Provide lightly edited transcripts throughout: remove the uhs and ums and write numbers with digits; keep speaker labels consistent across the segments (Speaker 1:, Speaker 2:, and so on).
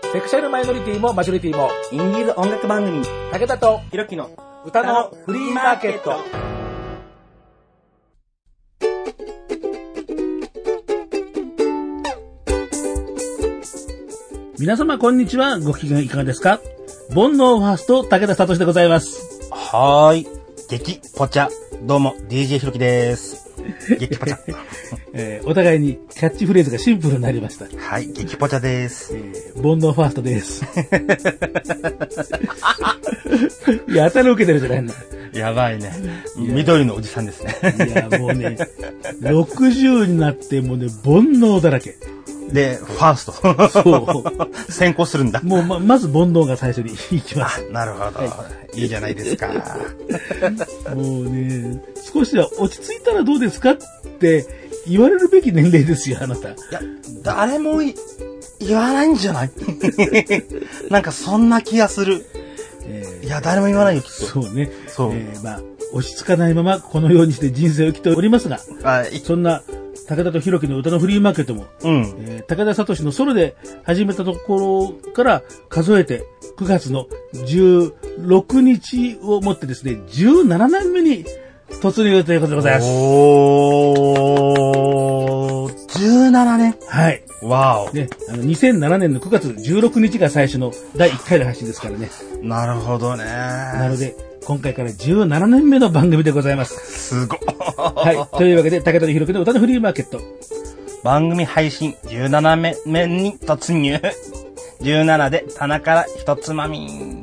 Speaker 1: セクシャルマイノリティもマジョリティも
Speaker 2: インディーズ音楽番組
Speaker 1: 武田と
Speaker 2: ひろきの
Speaker 1: 歌のフリーマーケット。皆様こんにちは。ご機嫌いかがですか？煩悩ファースト武田聡でございます。
Speaker 2: はーい。激ポチャ。どうも DJ ひろきです。激ポチャ。
Speaker 1: お互いにキャッチフレーズがシンプルになりました。
Speaker 2: はい、激ポチャです。
Speaker 1: 煩悩ファーストです。いや、当たり受けてるじゃないの。
Speaker 2: やばいね。緑のおじさんですね。
Speaker 1: いや、もうね、60になってもうね、煩悩だらけ。
Speaker 2: で、ファースト。そう。先行するんだ。
Speaker 1: もうまず煩悩が最初に行きます。
Speaker 2: なるほど、はい。いいじゃないですか。
Speaker 1: もうね、少しは落ち着いたらどうですかって言われるべき年齢ですよ、あなた。い
Speaker 2: や、誰も言わないんじゃないなんかそんな気がする。いや、誰も言わないよ、きっと。
Speaker 1: そうね。
Speaker 2: そう。
Speaker 1: まあ、落ち着かないままこのようにして人生を生きておりますが、
Speaker 2: はい。
Speaker 1: そんな武田とひろきの歌のフリーマーケットも、武田聡のソロで始めたところから数えて9月の16日をもってですね、17年目に突入ということでございます。
Speaker 2: おー、17年。
Speaker 1: はい。
Speaker 2: わお。
Speaker 1: ね、2007年の9月16日が最初の第1回の配信ですからね。
Speaker 2: なるほどね。
Speaker 1: なので、今回から17年目の番組でございます。
Speaker 2: すごっ。
Speaker 1: はい。というわけで、武田ひろきの歌のフリーマーケット。
Speaker 2: 番組配信17目に突入。17で棚から一つまみ。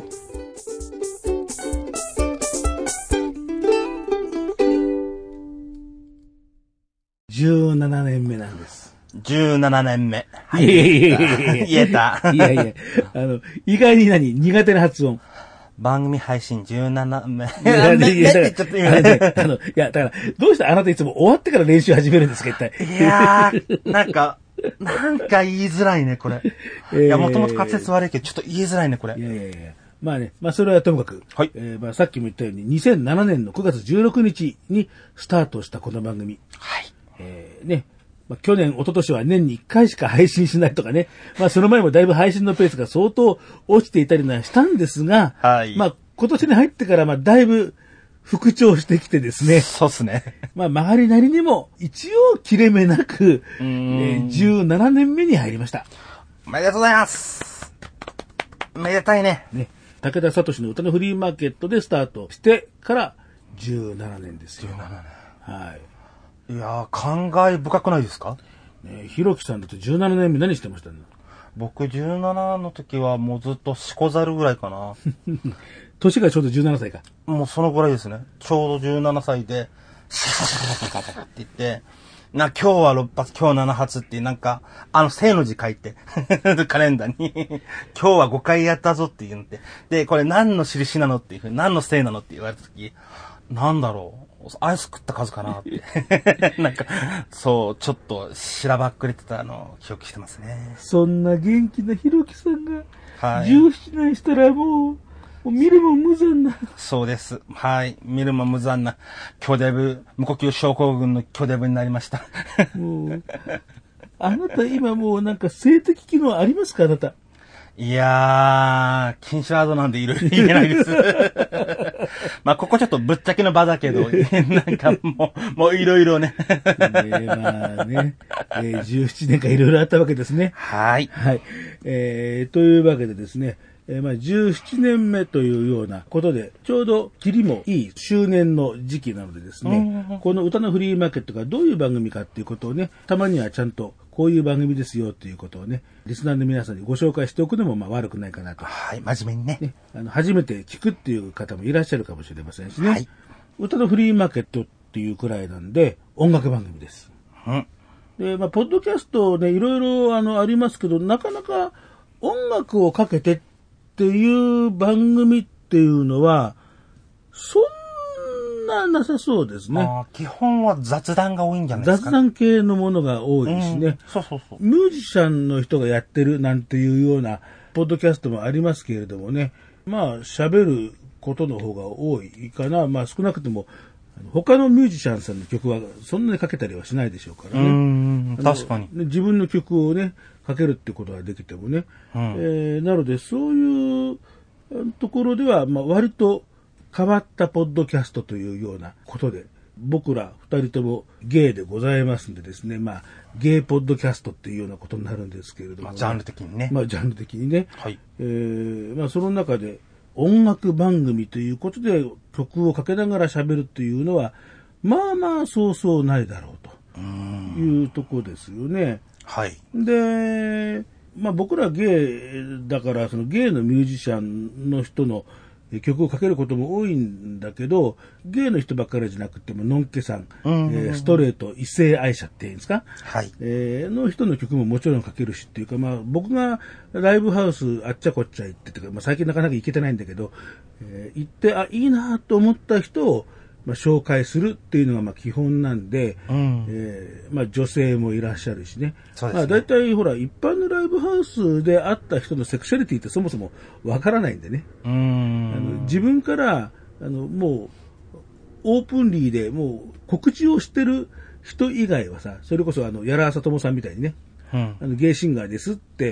Speaker 1: 17年目なんです。
Speaker 2: 17年目。
Speaker 1: はい。言
Speaker 2: えた。
Speaker 1: いやいや、意外に苦手な発音。
Speaker 2: 番組配信17目。い
Speaker 1: や、だから、どうしてあなたいつも終わってから練習始めるんですか、一体。
Speaker 2: いやー、なんか言いづらいね、これ。いや、もともと滑舌悪いけど、ちょっと言いづらいね、これ。
Speaker 1: いや。まあね、まあそれはともかく。
Speaker 2: はい。
Speaker 1: まあさっきも言ったように、2007年の9月16日にスタートしたこの番組。
Speaker 2: はい。
Speaker 1: ね。まあ、去年、一昨年は年に1回しか配信しないとかね。まあ、その前もだいぶ配信のペースが相当落ちていたりはしたんですが、
Speaker 2: はい。ま
Speaker 1: あ、今年に入ってから、だいぶ復調してきてですね。
Speaker 2: そうっすね。
Speaker 1: まあ、曲がりなりにも、一応切れ目なく、17年目に入りました。
Speaker 2: おめでとうございます。めでたいね。
Speaker 1: ね。武田聡の歌のフリーマーケットでスタートしてから17年ですよ。
Speaker 2: 17年。
Speaker 1: はい。
Speaker 2: いやー、感慨深くないですか？
Speaker 1: ね、ひろきさんだと17年目何してましたの？
Speaker 2: 僕17の時はもうずっとしこざるぐらいかな。
Speaker 1: 年がちょうど17歳か。
Speaker 2: もうそのぐらいですね。ちょうど17歳で、シャシャシャシャシャシャって言って、今日は6発、今日7発ってなんか、正の字書いて、カレンダーに、今日は5回やったぞって言うんで、で、これ何の印なのっていうふうに、何のせいなのって言われた時、なんだろう。アイス食った数かなって。なんか、そう、ちょっと、しらばっくれてたのを記憶してますね。
Speaker 1: そんな元気なひろきさんが、
Speaker 2: はい。
Speaker 1: 17年したらもう見るも無残な。
Speaker 2: そうです。はい。見るも無残な、巨デブ、無呼吸症候群の巨デブになりました。
Speaker 1: もう、あなた今もうなんか性的機能ありますか、あなた。
Speaker 2: いやー、禁止ワードなんでいろいろ言えないです。まあ、ここちょっとぶっちゃけの場だけど、なんかもういろいろね。
Speaker 1: まあね、17年間いろいろあったわけですね。
Speaker 2: はい。
Speaker 1: はい。というわけでですね、まあ、17年目というようなことで、ちょうどキリもいい周年の時期なのでですね、この歌のフリーマーケットがどういう番組かっていうことをね、たまにはちゃんとこういう番組ですよっていうことをね、リスナーの皆さんにご紹介しておくのもまあ悪くないかなと。
Speaker 2: はい、真面目にね。
Speaker 1: 初めて聞くっていう方もいらっしゃるかもしれませんしね。
Speaker 2: はい。
Speaker 1: 歌のフリーマーケットっていうくらいなんで、音楽番組です。
Speaker 2: うん。
Speaker 1: で、まあ、ポッドキャストね、いろいろありますけど、なかなか音楽をかけてっていう番組っていうのは、そんななさそうですね。
Speaker 2: 基本は雑談が多いんじゃないですか、
Speaker 1: 雑談系のものが多いしね。
Speaker 2: そうそうそう。
Speaker 1: ミュージシャンの人がやってるなんていうようなポッドキャストもありますけれどもね。まあ、喋ることの方が多いかな。まあ、少なくとも、他のミュージシャンさんの曲はそんなにかけたりはしないでしょうからね。
Speaker 2: 確かに。
Speaker 1: 自分の曲をね、 かけるってことができてもね。なので、そういうところでは、割と変わったポッドキャストというようなことで、僕ら二人ともゲイでございますんでですね、ゲイポッドキャストっていうようなことになるんですけれども、
Speaker 2: ジャンル的にね。
Speaker 1: ジャンル的にね。
Speaker 2: はい。
Speaker 1: その中で音楽番組ということで曲をかけながら喋るっていうのは、そうそうないだろうというとこですよね。
Speaker 2: はい。
Speaker 1: で、僕らゲイだから、そのゲイのミュージシャンの人の曲をかけることも多いんだけど、ゲイの人ばっかりじゃなくても、のんけさん、ストレート、異性愛者っていうんですか、
Speaker 2: はい。
Speaker 1: の人の曲ももちろんかけるしっていうか、僕がライブハウスあっちゃこっちゃ行っててか、最近なかなか行けてないんだけど、行って、いいなと思った人を、紹介するっていうのが基本なんで、女性もいらっしゃるしね。
Speaker 2: そうですね。
Speaker 1: だいたいほら、一般のライブハウスで会った人のセクシャリティってそもそもわからないんでね。自分から、もう、オープンリーでもう告知をしてる人以外はさ、それこそやらあさともさんみたいにね、ゲイシンガーですって、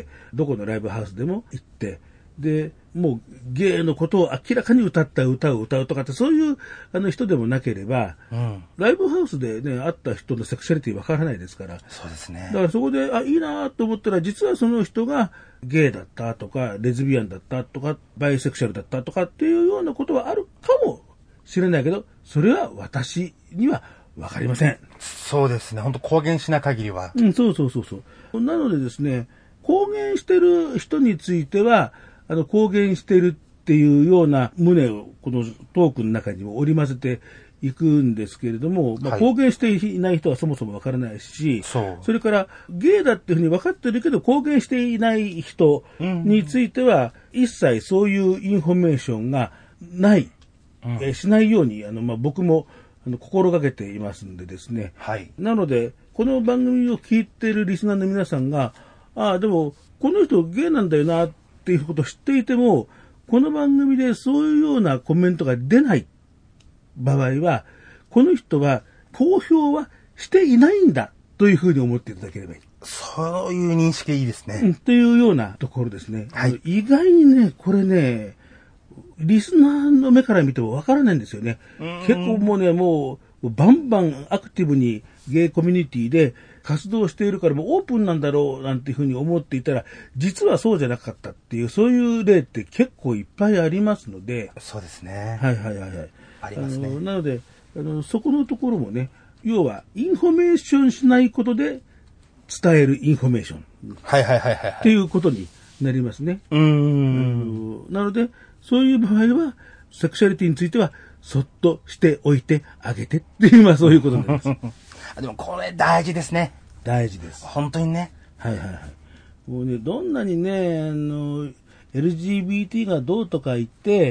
Speaker 1: どこのライブハウスでも行って、で、もうゲイのことを明らかに歌った歌を歌うとかって、そういう人でもなければ、ライブハウスでね、会った人のセクシャリティわからないですから。
Speaker 2: そうですね。
Speaker 1: だからそこで、いいなと思ったら、実はその人がゲイだったとか、レズビアンだったとか、バイセクシャルだったとかっていうようなことはあるかもしれないけど、それは私にはわかりません。
Speaker 2: そうですね。本当公言しない限りは。
Speaker 1: そう。なのでですね、公言してる人については、公言してるっていうような旨をこのトークの中にも織り交ぜていくんですけれども、公言していない人はそもそもわからないし、それからゲイだっていうふうに分かってるけど公言していない人については、一切そういうインフォメーションがない、しないように僕も心がけていますんでですね。
Speaker 2: はい。
Speaker 1: なので、この番組を聞いているリスナーの皆さんが、でもこの人ゲイなんだよなっていうことを知っていても、この番組でそういうようなコメントが出ない場合は、この人は公表はしていないんだというふうに思っていただければいい。
Speaker 2: そういう認識いいですね。
Speaker 1: というようなところですね。
Speaker 2: はい。
Speaker 1: 意外にね、これね、リスナーの目から見てもわからないんですよね。結構もうバンバンアクティブにゲイコミュニティで活動しているからもうオープンなんだろうなんていうふうに思っていたら、実はそうじゃなかったっていう、そういう例って結構いっぱいありますので。
Speaker 2: そうですね。
Speaker 1: はい。
Speaker 2: ありますね。
Speaker 1: なので、そこのところもね、要はインフォメーションしないことで伝えるインフォメーション。っていうことになりますね。なので、そういう場合は、セクシャリティについては、そっとしておいてあげてっていう、そういうことになります。
Speaker 2: でもこれ大事ですね。
Speaker 1: 大事です。
Speaker 2: 本当にね。
Speaker 1: もうね、どんなにね、LGBT がどうとか言って、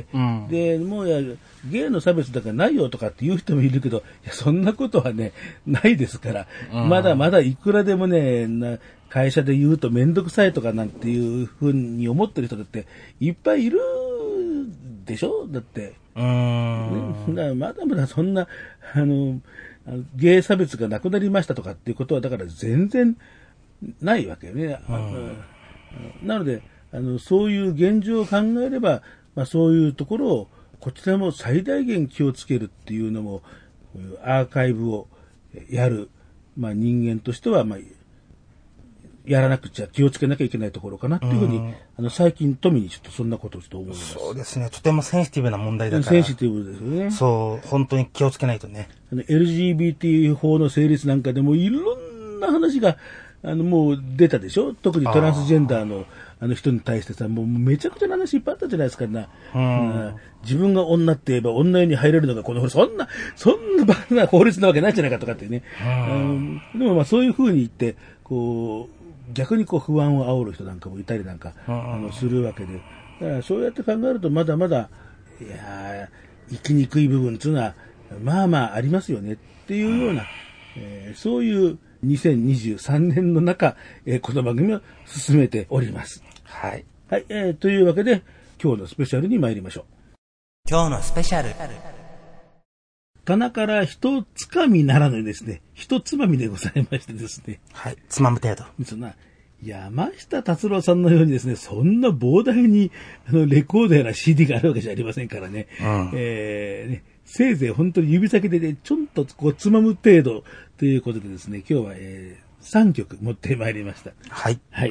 Speaker 1: で、もうゲイの差別だからないよとかって言う人もいるけど、そんなことはね、ないですから、まだまだいくらでもね、会社で言うとめんどくさいとかなんていうふうに思ってる人だっていっぱいいるでしょだって。だからまだまだそんな、ゲイ差別がなくなりましたとかっていうことは、だから全然ないわけよね。なので、そういう現状を考えれば、そういうところをこちらも最大限気をつけるっていうのも、アーカイブをやる、人間としては、やらなくちゃ気をつけなきゃいけないところかなっていうふうに、最近富にちょっとそんなことをちょっと思います。
Speaker 2: そうですね。とてもセンシティブな問題だから。
Speaker 1: センシティブですよね。
Speaker 2: そう、本当に気をつけないとね。
Speaker 1: LGBT 法の成立なんかでもいろんな話が、もう出たでしょ。特にトランスジェンダーの人に対してさ、もうめちゃくちゃな話いっぱいあったじゃないですかな。自分が女って言えば女湯に入れるのがこの法律、そんなバカな法律なわけないじゃないかとかってね。でもそういうふうに言って、逆に不安を煽る人なんかもいたりなんか、するわけで。だからそうやって考えるとまだまだ、生きにくい部分っていうのは、ありますよねっていうような、そういう2023年の中、この番組を進めております。
Speaker 2: はい。
Speaker 1: はい、というわけで、今日のスペシャルに参りましょう。
Speaker 2: 今日のスペシャル。
Speaker 1: 棚から一つかみならぬですね、一つまみでございましてですね。
Speaker 2: はい、つまむ程度。
Speaker 1: そんな、 山下達郎さんのようにですね、そんな膨大にレコードやら CD があるわけじゃありませんからね。ね、せいぜい本当に指先でね、ちょんとこうつまむ程度ということでですね、今日は、3曲持ってまいりました。
Speaker 2: はい。
Speaker 1: はい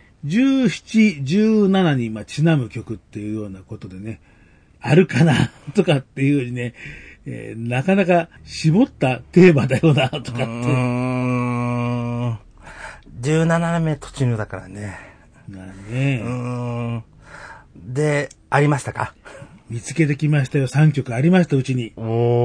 Speaker 1: 。17、17にちなむ曲っていうようなことでね、あるかなとかっていうようにね、なかなか絞ったテーマだよなとかって。
Speaker 2: 17年目突入だからね。
Speaker 1: まあね。
Speaker 2: で、ありましたか？
Speaker 1: 見つけてきましたよ。3曲ありました、うちに。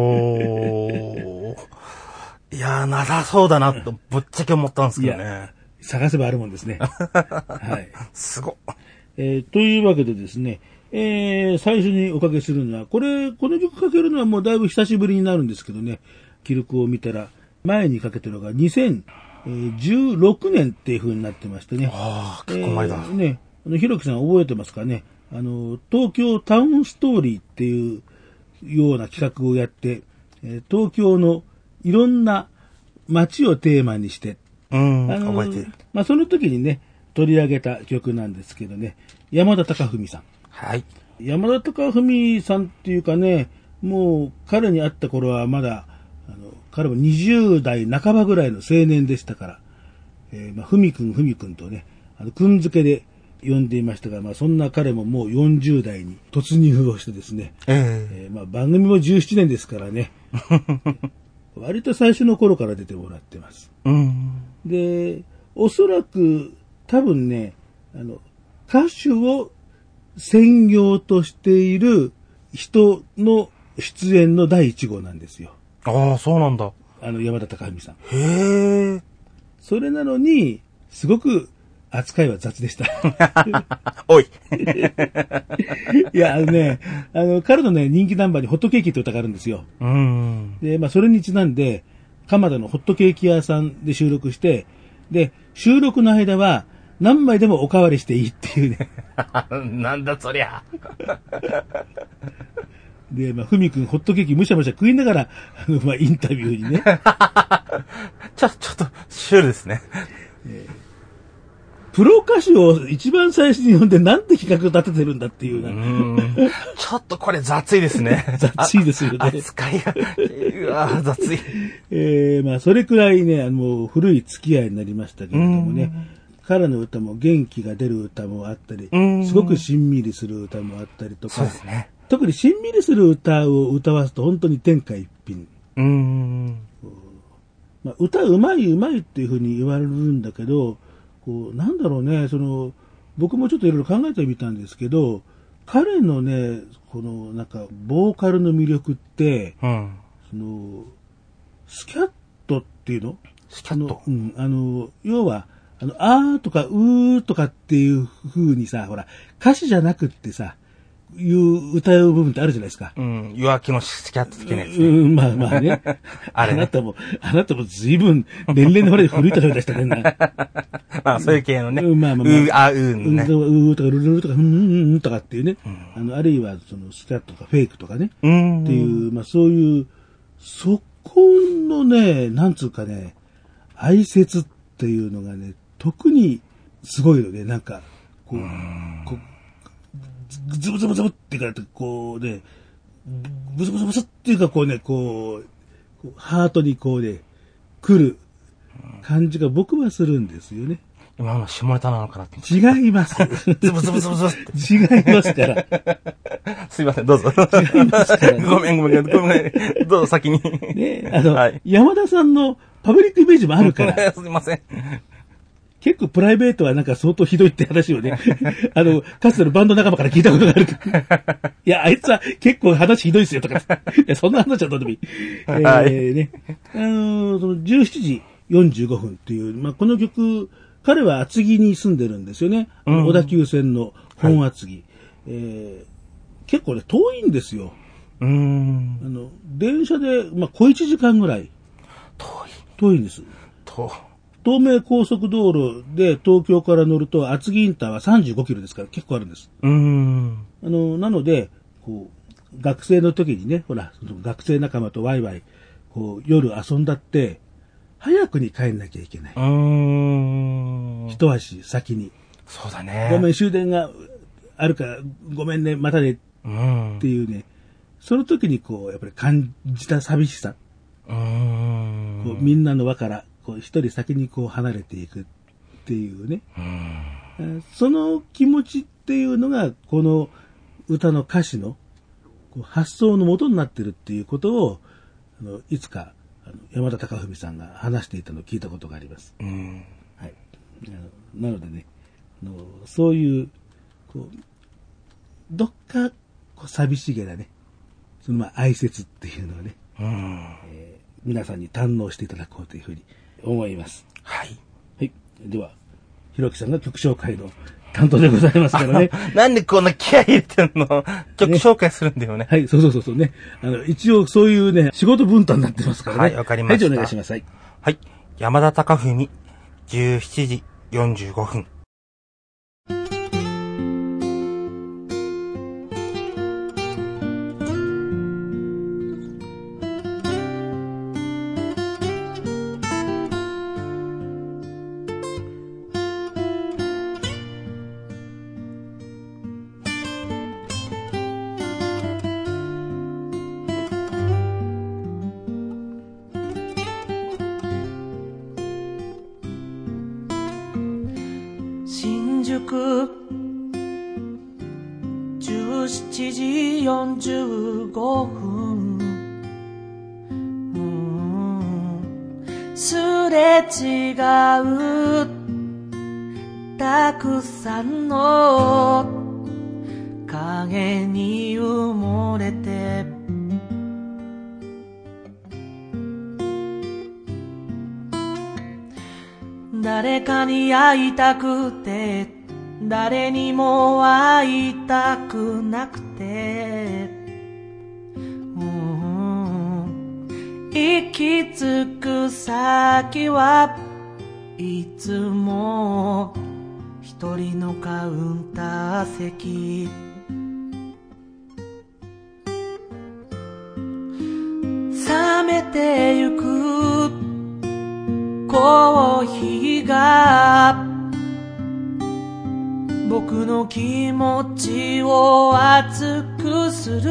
Speaker 2: いやー、なさそうだなと、ぶっちゃけ思ったんですけどね。
Speaker 1: 探せばあるもんですね。はい。
Speaker 2: すごっ。
Speaker 1: というわけでですね、最初におかけするのは、この曲かけるのはもうだいぶ久しぶりになるんですけどね、記録を見たら、前にかけてるのが2016年っていう風になってましてね。
Speaker 2: ああ、結構前だ。
Speaker 1: ね、ひろきさん覚えてますかね。東京タウンストーリーっていうような企画をやって、東京のいろんな街をテーマにして、
Speaker 2: 覚えてる。
Speaker 1: その時にね、取り上げた曲なんですけどね、山田貴文さん。
Speaker 2: はい。
Speaker 1: 山田貴文さんっていうかね、もう彼に会った頃はまだ、彼も20代半ばぐらいの青年でしたから、ふみくんとね、くんづけで呼んでいましたが、そんな彼ももう40代に突入をしてですね、番組も17年ですからね、割と最初の頃から出てもらってます。で、おそらく多分ね、歌手を専業としている人の出演の第1号なんですよ。
Speaker 2: ああ、そうなんだ。
Speaker 1: 山田貴文さん。
Speaker 2: へえ。
Speaker 1: それなのに、すごく扱いは雑でした。
Speaker 2: おい。
Speaker 1: いや、彼のね、人気ナンバーにホットケーキって歌があるんですよ。で、それにちなんで、蒲田のホットケーキ屋さんで収録して、で、収録の間は何枚でもおかわりしていいっていうね。
Speaker 2: なんだそりゃ。
Speaker 1: で、ふみくんホットケーキむしゃむしゃ食いながら、インタビューにね。
Speaker 2: ちょっと、シュールですね。
Speaker 1: プロ歌手を一番最初に呼んでなんて企画を立ててるんだっていう
Speaker 2: ちょっとこれ雑いですね。
Speaker 1: 雑いですよね。
Speaker 2: 扱いが、雑い。
Speaker 1: それくらいね、もう古い付き合いになりましたけれどもね。彼の歌も元気が出る歌もあったり、すごくしんみりする歌もあったりとか。
Speaker 2: そうですね。
Speaker 1: 特にしんみりする歌を歌わすと本当に天下一品。歌うまいっていうふうに言われるんだけど、なんだろうね、僕もちょっといろいろ考えてみたんですけど、彼のね、ボーカルの魅力って、スキャットっていうの？
Speaker 2: スキャット？
Speaker 1: 要は、あーとかうーとかっていう風にさ、ほら、歌詞じゃなくってさ、歌う部分ってあるじゃないですか。
Speaker 2: 弱気のスキャット的なやつ、
Speaker 1: ね。まあね。あれね。あなたも随分、年齢の割で古い例え出したねんな。
Speaker 2: そういう系のね。ね。
Speaker 1: うとか、ルルルとか、とかっていうね。あるいは、スキャットとかフェイクとかね。っていう、そういう、そこのね、なんつうかね、哀切っていうのがね、特にすごいので、ズブズブズブっていうか、ブズブズブズっていうか、ハートに来る感じが僕はするんですよね。
Speaker 2: 今の下ネタなのかなって。
Speaker 1: 違います。
Speaker 2: ズブズブズブズって。
Speaker 1: 違いますから。
Speaker 2: すいません、どうぞ。
Speaker 1: 違いますから、ね。
Speaker 2: ごめん。どうぞ先に。
Speaker 1: ね、山田さんのパブリックイメージもあるから。
Speaker 2: すいません。
Speaker 1: 結構プライベートは相当ひどいって話をね、かつてのバンド仲間から聞いたことがあるから。いや、あいつは結構話ひどいですよとか。いや、そんな話はどうでもいい。ね。17時45分っていう、この曲、彼は厚木に住んでるんですよね。小田急線の本厚木。結構ね、遠いんですよ。電車で、小1時間ぐらい。遠いんです。東名高速道路で東京から乗ると厚木インターは35キロですから結構あるんです。なので、学生の時にね、ほら、学生仲間とワイワイ、夜遊んだって、 早くに帰んなきゃいけない。一足先に。
Speaker 2: そうだね。
Speaker 1: ごめん、終電があるから、ごめんね、またね、っていうね、その時にこう、やっぱり感じた寂しさ。こうみんなの輪から、こう、一人先にこう離れていくっていうね。その気持ちっていうのが、この歌の歌詞のこう発想の元になってるっていうことを、いつか、山田貴文さんが話していたのを聞いたことがあります。はい。なのでね、そういう、こう、どっか、こう寂しげなね、その哀切っていうのをね、皆さんに堪能していただこうというふうに思います。
Speaker 2: はい。
Speaker 1: はい。では、ひろきさんが曲紹介の担当でございますからね。
Speaker 2: なんでこんな気合い入れてんの？曲紹介するんだよね。
Speaker 1: はい、そうね。一応そういうね、仕事分担になってますからね。
Speaker 2: はい、わかりました。
Speaker 1: はい、じゃあお願いします。はい。
Speaker 2: はい。山田貴文、17時45分。
Speaker 3: 新宿17時45分すれ違うたくさんの影に埋もれて誰かに会いたくて誰にも会いたくなくて行き着く先はいつも一人のカウンター席冷めてゆくコーヒーが僕の気持ちを熱くする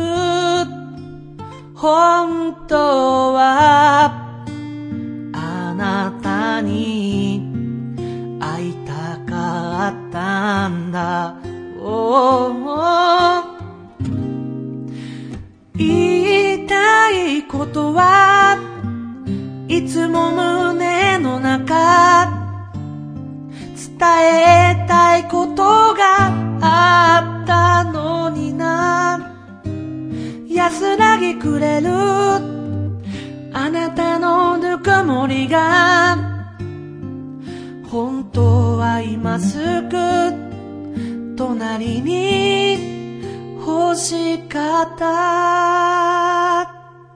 Speaker 3: 本当はあなたに会いたかったんだ、言いたいことはいつも胸の中伝えたいことがあったのにな安らぎくれるあなたのぬくもりが本当は今すぐ隣に欲しかった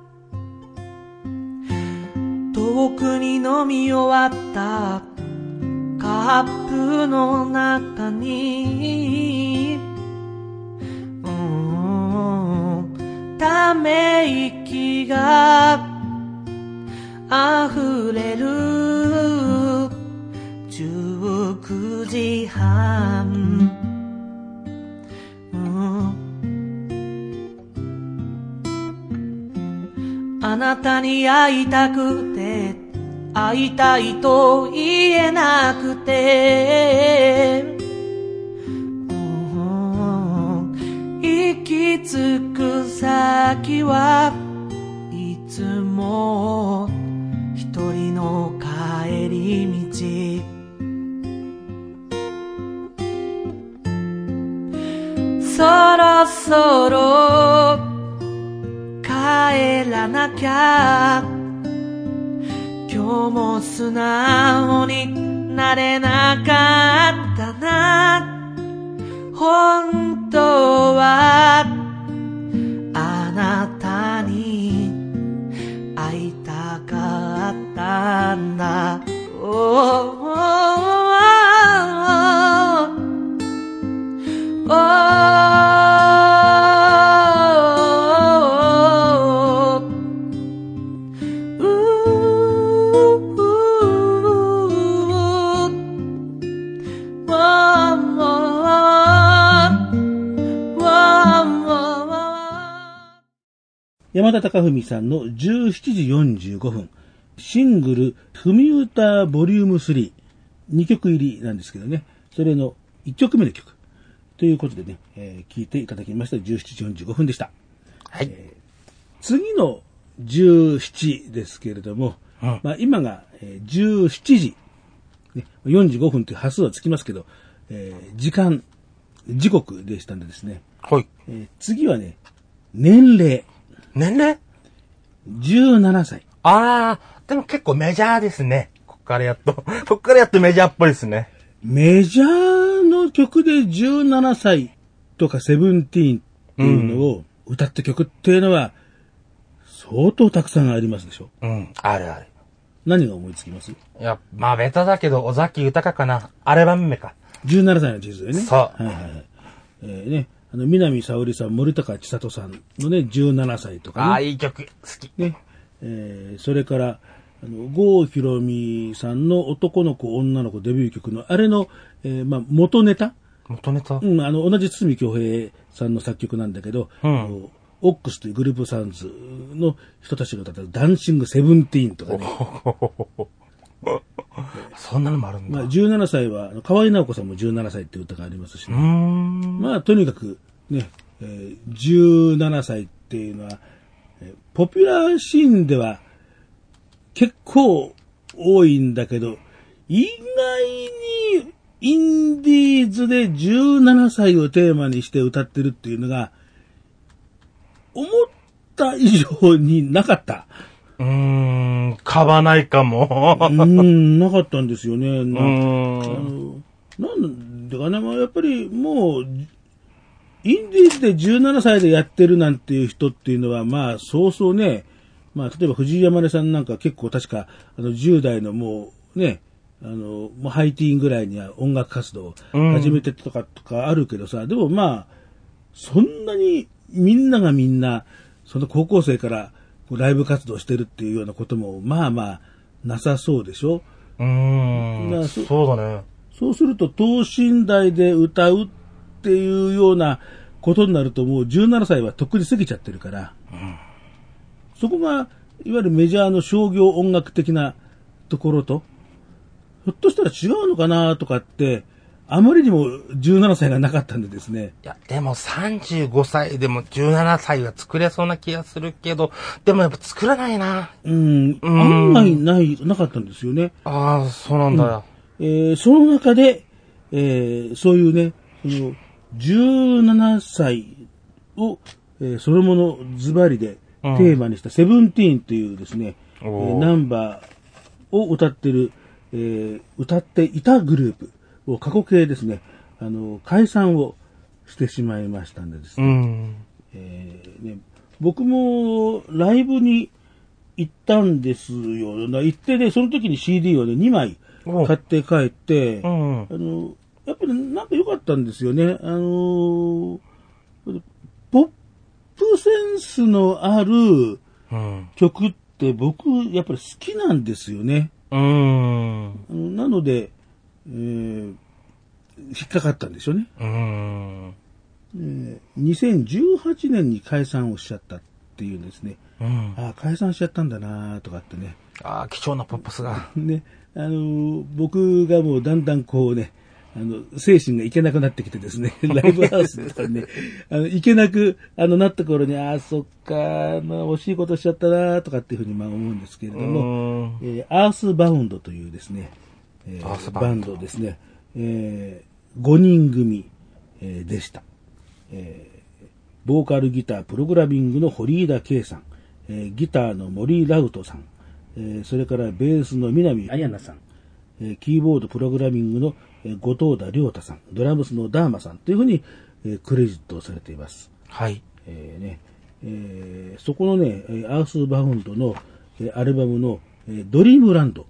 Speaker 3: 遠くに飲み終わったカップの中にため息が溢れる19時半あなたに会いたくて会いたいと言えなくて行き着く先はいつも一人の帰り道そろそろ帰らなきゃ今日も素直になれなかったな本当はあなたに会いたかったんだ
Speaker 1: 山田貴文さんの17時45分、シングル、文歌ボリューム3、2曲入りなんですけどね、それの1曲目の曲。ということでね、聞いていただきました17時45分でした。
Speaker 2: はい。
Speaker 1: 次の17ですけれども、まあ、今が17時、ね、45分という端数はつきますけど、時刻でしたんでですね。
Speaker 2: はい。
Speaker 1: 次はね、年齢。
Speaker 2: 年齢
Speaker 1: ?17 歳。
Speaker 2: ああ、でも結構メジャーですね。こっからやっとメジャーっぽいですね。
Speaker 1: メジャーの曲で17歳とかセブンティーンっていうのを歌った曲っていうのは相当たくさんありますでしょ。
Speaker 2: うん、あるある。
Speaker 1: 何が思いつきます？
Speaker 2: いや、まあベタだけど、尾崎豊かな。アルバム目か。
Speaker 1: 17歳の地図でね。
Speaker 2: そう。
Speaker 1: はいはいはい。ね、南沙織さん、森高千里さんのね、17歳とかね。
Speaker 2: ああ、いい曲。好き。
Speaker 1: ね。それから、郷ひろみさんの男の子、女の子デビュー曲の、あれの、まあ、元ネタ。うん、同じ堤恭平さんの作曲なんだけど、オックスというグループサウンズの人たちが歌ったダンシングセブンティーンとかね。
Speaker 2: そんなのもあるんだ。
Speaker 1: まあ、17歳は、河合直子さんも17歳って歌がありますしね。まあ、とにかくね、17歳っていうのは、ポピュラーシーンでは結構多いんだけど、意外にインディーズで17歳をテーマにして歌ってるっていうのが、思った以上になかった。
Speaker 2: 買わないかも。
Speaker 1: なかったんですよね。なんでかね、まあ、やっぱりもう、インディーズで17歳でやってるなんていう人っていうのは、まあ、そうそうね、まあ、例えば藤井山根さんなんか結構確か、10代のもうね、もうハイティーンぐらいには音楽活動を始めてとかあるけどさ、でもまあ、そんなにみんながみんな、その高校生からライブ活動してるっていうようなことも、まあまあ、なさそうでしょ？
Speaker 2: そうだね。
Speaker 1: そうすると、等身大で歌うっていうようなことになると、もう17歳はとっくに過ぎちゃってるから、そこが、いわゆるメジャーの商業音楽的なところと、ひょっとしたら違うのかなとかって、あまりにも17歳がなかったんでですね。
Speaker 2: いや、でも35歳でも17歳は作れそうな気がするけど、でもやっぱ作らないな。
Speaker 1: 案外なかったんですよね。
Speaker 2: ああ、そうなんだ。
Speaker 1: その中で、そういうね、17歳を、そのものズバリでテーマにしたセブンティーンというですね、ナンバーを歌っていたグループ。過去形ですね、解散をしてしまいましたんでですね。僕もライブに行ったんですよ。行ってね、その時に CD をね、2枚買って帰って、やっぱりなんか良かったんですよね。ポップセンスのある曲って僕、やっぱり好きなんですよね。なので、引っかかったんでしょうね。2018年に解散をしちゃったっていうんですね。解散しちゃったんだなとかってね。
Speaker 2: 貴重なポップスが。
Speaker 1: ね、僕がもうだんだんこうね、精神がいけなくなってきてですね、ライブハウスとかね、いけなく、なった頃に、そっか、惜しいことしちゃったなとかっていうふうにまあ思うんですけれども、アースバウンドというですね、バンドですね、5人組、でした。ボーカルギター、プログラミングの堀井田圭さん、ギターの森ラウトさん、それからベースの南彩奈さん、キーボードプログラミングの後藤田亮太さん、ドラムスのダーマさんというふうに、クレジットされています。
Speaker 2: はい。
Speaker 1: そこのね、アースバウンドのアルバムのドリームランド。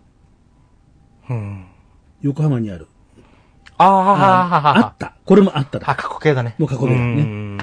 Speaker 1: 横浜にある。あった。これもあっただ。
Speaker 2: 過去形だね。
Speaker 1: もう過去形だね。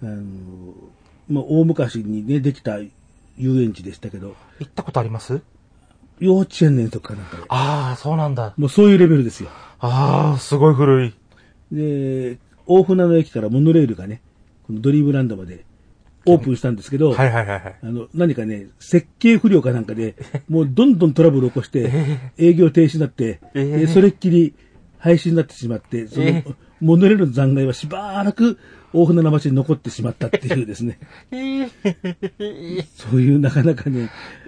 Speaker 1: 大昔にね、できた遊園地でしたけど。
Speaker 2: 行ったことあります？
Speaker 1: 幼稚園年とかなんかで。
Speaker 2: そうなんだ。
Speaker 1: もうそういうレベルですよ。
Speaker 2: すごい古い。
Speaker 1: で、大船の駅からモノレールがね、このドリームランドまでオープンしたんですけど、
Speaker 2: はいはいはいはい。
Speaker 1: 何かね、設計不良かなんかで、もうどんどんトラブルを起こして、営業停止になって、それっきり廃止になってしまって、その、モノレールの残骸はしばらく大船の町に残ってしまったっていうですね。そういうなかなかね、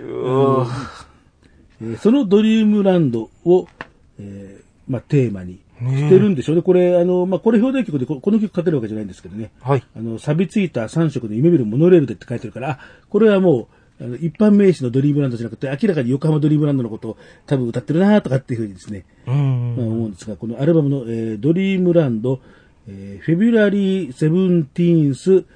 Speaker 1: そのドリームランドを、まあ、テーマにしてるんでしょうね。これ、まあ、これ表題曲でこの曲かけるわけじゃないんですけどね。
Speaker 2: はい。
Speaker 1: 錆びついた3色の夢見るモノレールでって書いてるから、これはもう、一般名詞のドリームランドじゃなくて、明らかに横浜ドリームランドのことを多分歌ってるなとかっていうふうにですね、まあ、思うんですが、このアルバムの、ドリームランド、February 17th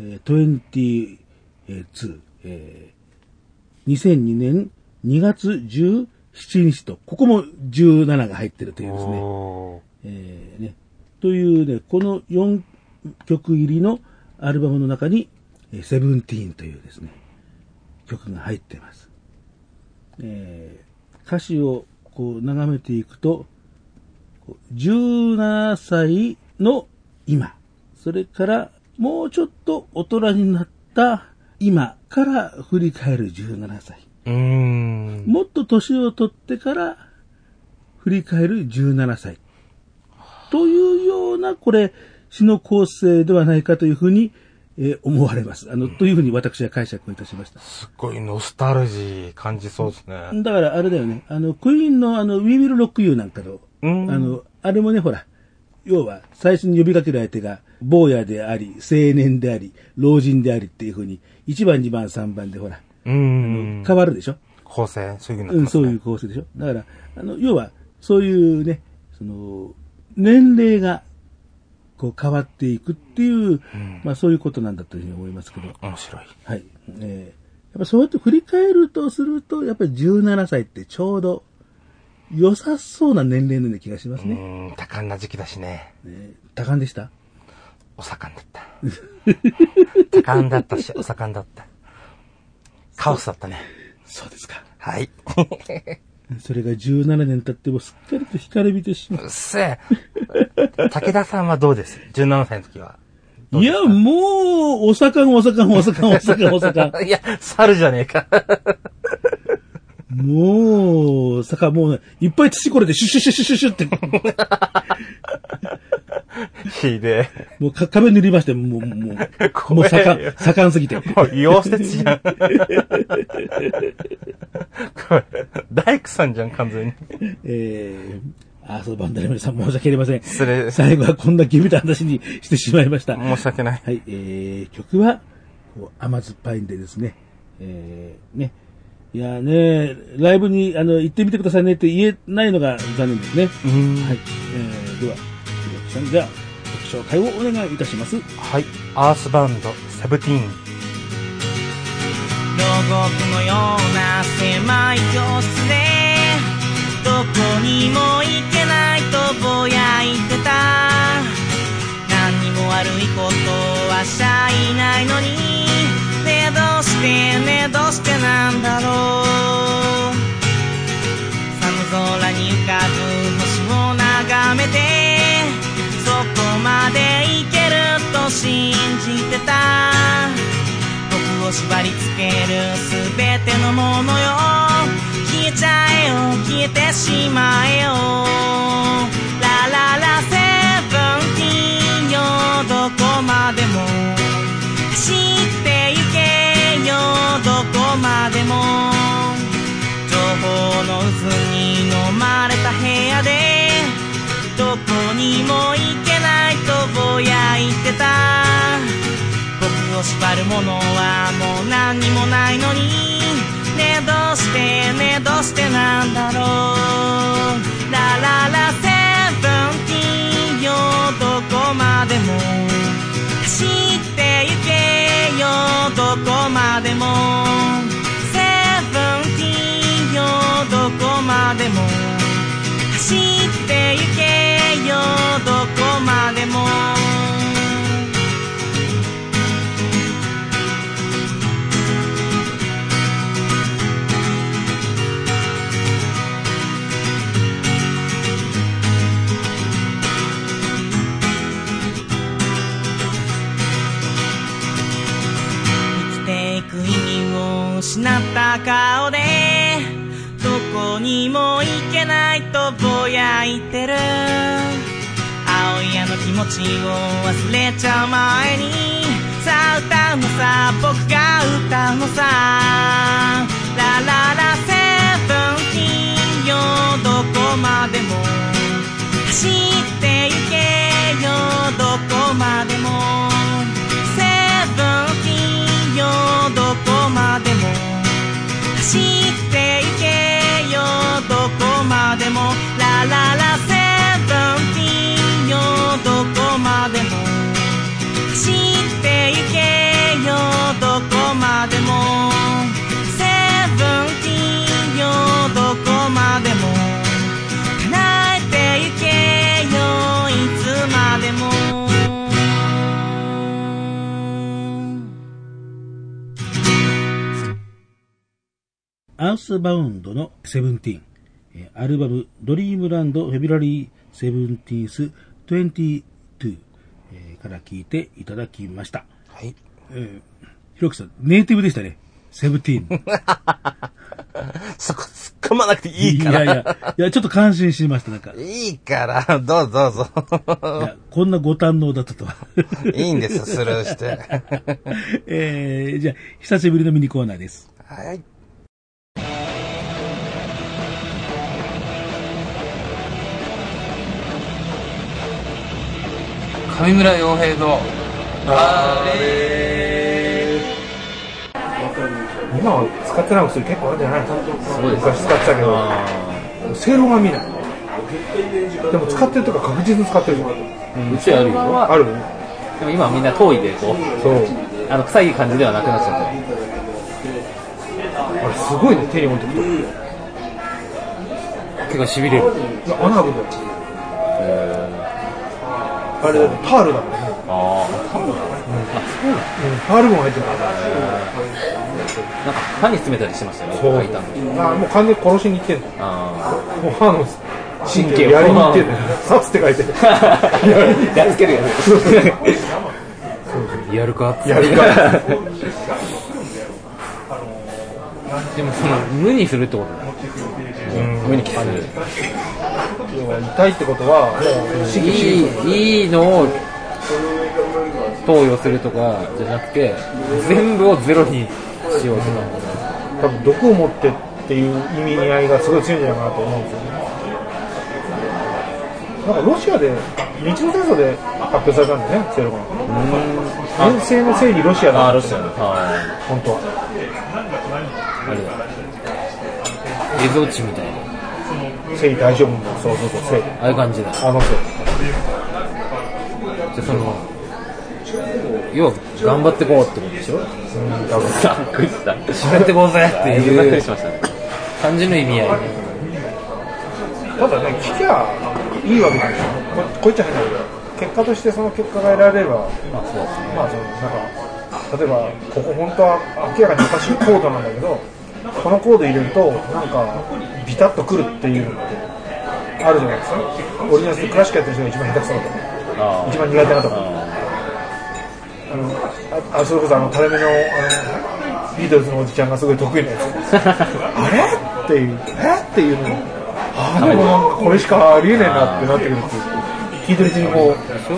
Speaker 1: 22、2002年2月17日と、ここも17が入ってるというですね。ねというね、この4曲入りのアルバムの中に、17というですね、曲が入っています。歌詞をこう眺めていくと、17歳の今、それからもうちょっと大人になった今から振り返る17歳。もっと年を取ってから振り返る17歳。というような、これ、詩の構成ではないかというふうに、思われます。というふうに私は解釈をいたしました。
Speaker 2: すっごいノスタルジー感じそうですね。
Speaker 1: だからあれだよね。クイーンのWe Will Rock You なんかの、あれもね、ほら、要は最初に呼びかける相手が、坊やであり、青年であり、老人でありっていうふうに、1番、2番、3番でほら、変わるでしょ。
Speaker 2: 構成、そういう
Speaker 1: の、そういう構成でしょ。だから、要は、そういうね、年齢が、こう変わっていくっていう、まあそういうことなんだというふうに思いますけど。
Speaker 2: 面白い。
Speaker 1: はい。やっぱそうやって振り返るとすると、やっぱり17歳ってちょうど良さそうな年齢のような気がしますね。
Speaker 2: 多感な時期だしね。
Speaker 1: 多感でした？
Speaker 2: お盛んだった。多感だったし、お盛んだった。カオスだったね。
Speaker 1: そうですか。
Speaker 2: はい。
Speaker 1: それが17年経ってもすっかりと干からびてしまう。
Speaker 2: うっせえ。武田さんはどうです ?17 歳の時は。
Speaker 1: いや、もう、お盛ん。
Speaker 2: いや、猿じゃねえか。
Speaker 1: もう、もう、ね、いっぱい土これでシュシュシュシュシュシュって。
Speaker 2: ひでえ。
Speaker 1: もう壁塗りまして、もう盛んすぎて。もう
Speaker 2: 溶接じゃん。これ、大工さんじゃん、完全に。
Speaker 1: そう、バンダレメルさん申し訳ありません。
Speaker 2: 失礼。
Speaker 1: 最後はこんな決めた話にしてしまいました。
Speaker 2: 申し訳ない。
Speaker 1: はい、曲は、甘酸っぱいんでですね。ね。いやね、ライブに、行ってみてくださいねって言えないのが残念ですね。はい。では、じゃあ、曲紹介をお願いいたします。
Speaker 2: はい。アースバンド、17。
Speaker 3: 牢獄のような狭い教室でどこにも行けないとぼやいてた。何にも悪いことはしちゃいないのにねえどうしてなんだろう。寒空に浮かぶ星を眺めてそこまで行けると信じてた。僕を縛り付けるすべてのものよ消えちゃえよ消えてしまえよ。ラララセブンティーンよどこまでも走って行けよどこまでも。情報の渦に飲まれた部屋でどこにも行けないとぼやいてた。僕を縛るものはもう何にもないのにねえどうしてなんだろう。ラララセブンティーンよどこまでも走って行けよどこまでも。セブンティーンよどこまでも走って行けよどこまでも。 失った顔でどこにも行けないとぼやいてる。青いあの気持ちを忘れちゃう前に、さあ歌うのさ、僕が歌うのさ。ラララセブンティーンよ、どこまでも走って行けよ、どこまでもセブンティーンよ、どこまでも走って行けよ、どこまでもラララセブンティーンよ、どこまでも走って行けよ、どこまでもセブンティーンよ、どこまでも叶えて行けよ、いつまでも。
Speaker 1: アースバウンドのセブンティーン、アルバムドリームランドフェブラリーセブンティース22から聞いていただきました。
Speaker 2: はい。
Speaker 1: ひろきさん、ネイティブでしたね。セブンティーン。
Speaker 2: そこ突っ込まなくていいから。
Speaker 1: いや、ちょっと感心しました、なんか。
Speaker 2: いいから、どうぞ。
Speaker 1: いや、こんなご堪能だったとは。
Speaker 2: いいんですよ、スルーして。
Speaker 1: じゃあ、久しぶりのミニコーナーです。
Speaker 2: はい。
Speaker 4: 上村洋平のあれ
Speaker 5: 今は使ってないお薬結構あるんじゃないの？
Speaker 4: そうです。
Speaker 5: 昔使ってたけど正論が見ない。でも使ってるとか確実に使ってるじゃん。
Speaker 4: うちあるよ。
Speaker 5: ある。
Speaker 4: でも今はみんな遠いでこう、
Speaker 5: そう
Speaker 4: 臭い感じではなくなっちゃって。
Speaker 5: あれすごいね、手に置いてくと
Speaker 4: 結構しびれる。
Speaker 5: 穴開くんだよ。あれパールだからね。パールも入ってる。
Speaker 4: なんか歯に詰めたりしてましたよね。
Speaker 5: そう。
Speaker 4: 書いたのに。
Speaker 5: もう完全に殺しに行ってんの。もう歯の神経をやりに行ってんの。刺つって書いてる。
Speaker 4: やっつけるやつ。やるか。でもその無にするってことだよ。無にする。
Speaker 5: 痛いってことはもう
Speaker 4: いいのを投与するとかじゃなくて全部をゼロにしようとか、
Speaker 5: 多分毒を持ってっていう意味合いがすごい強いんじゃないかなと思うんですよね。なんかロシアで日露戦争で発表されたんだよね、セロが。遠征のせいにロシアだ。
Speaker 4: ロシアだ。
Speaker 5: 本当は
Speaker 4: あれだ。映像値みたいな。
Speaker 5: 征夷大将軍もそう征夷。
Speaker 4: ああいう感じだ。
Speaker 5: 征夷。
Speaker 4: じゃその要は頑張ってこうってことでしょ。
Speaker 5: 多分
Speaker 4: ざっくりした。やってこうぜっていうざっくりしましたね。感じの意味合い。
Speaker 5: ただね、聞きゃいいわけじゃないですよ。こいつは変だけど、結果としてその結果が得られれば、
Speaker 4: まあそうですね。
Speaker 5: まあそのなんか例えばここ本当は明らかにおかしいコードなんだけど、このコード入れるとなんかビタッとくるっていうのってあるじゃないですか。オリジナルでクラシックやってる人が一番下手くそだとか、一番苦手なとか、それこそ垂れ目のビートルズのおじちゃんがすごい得意なやつあれっていうっていうのをでもなんかこれしかありえねえなってなってくるっていう、聞いてるうちにこう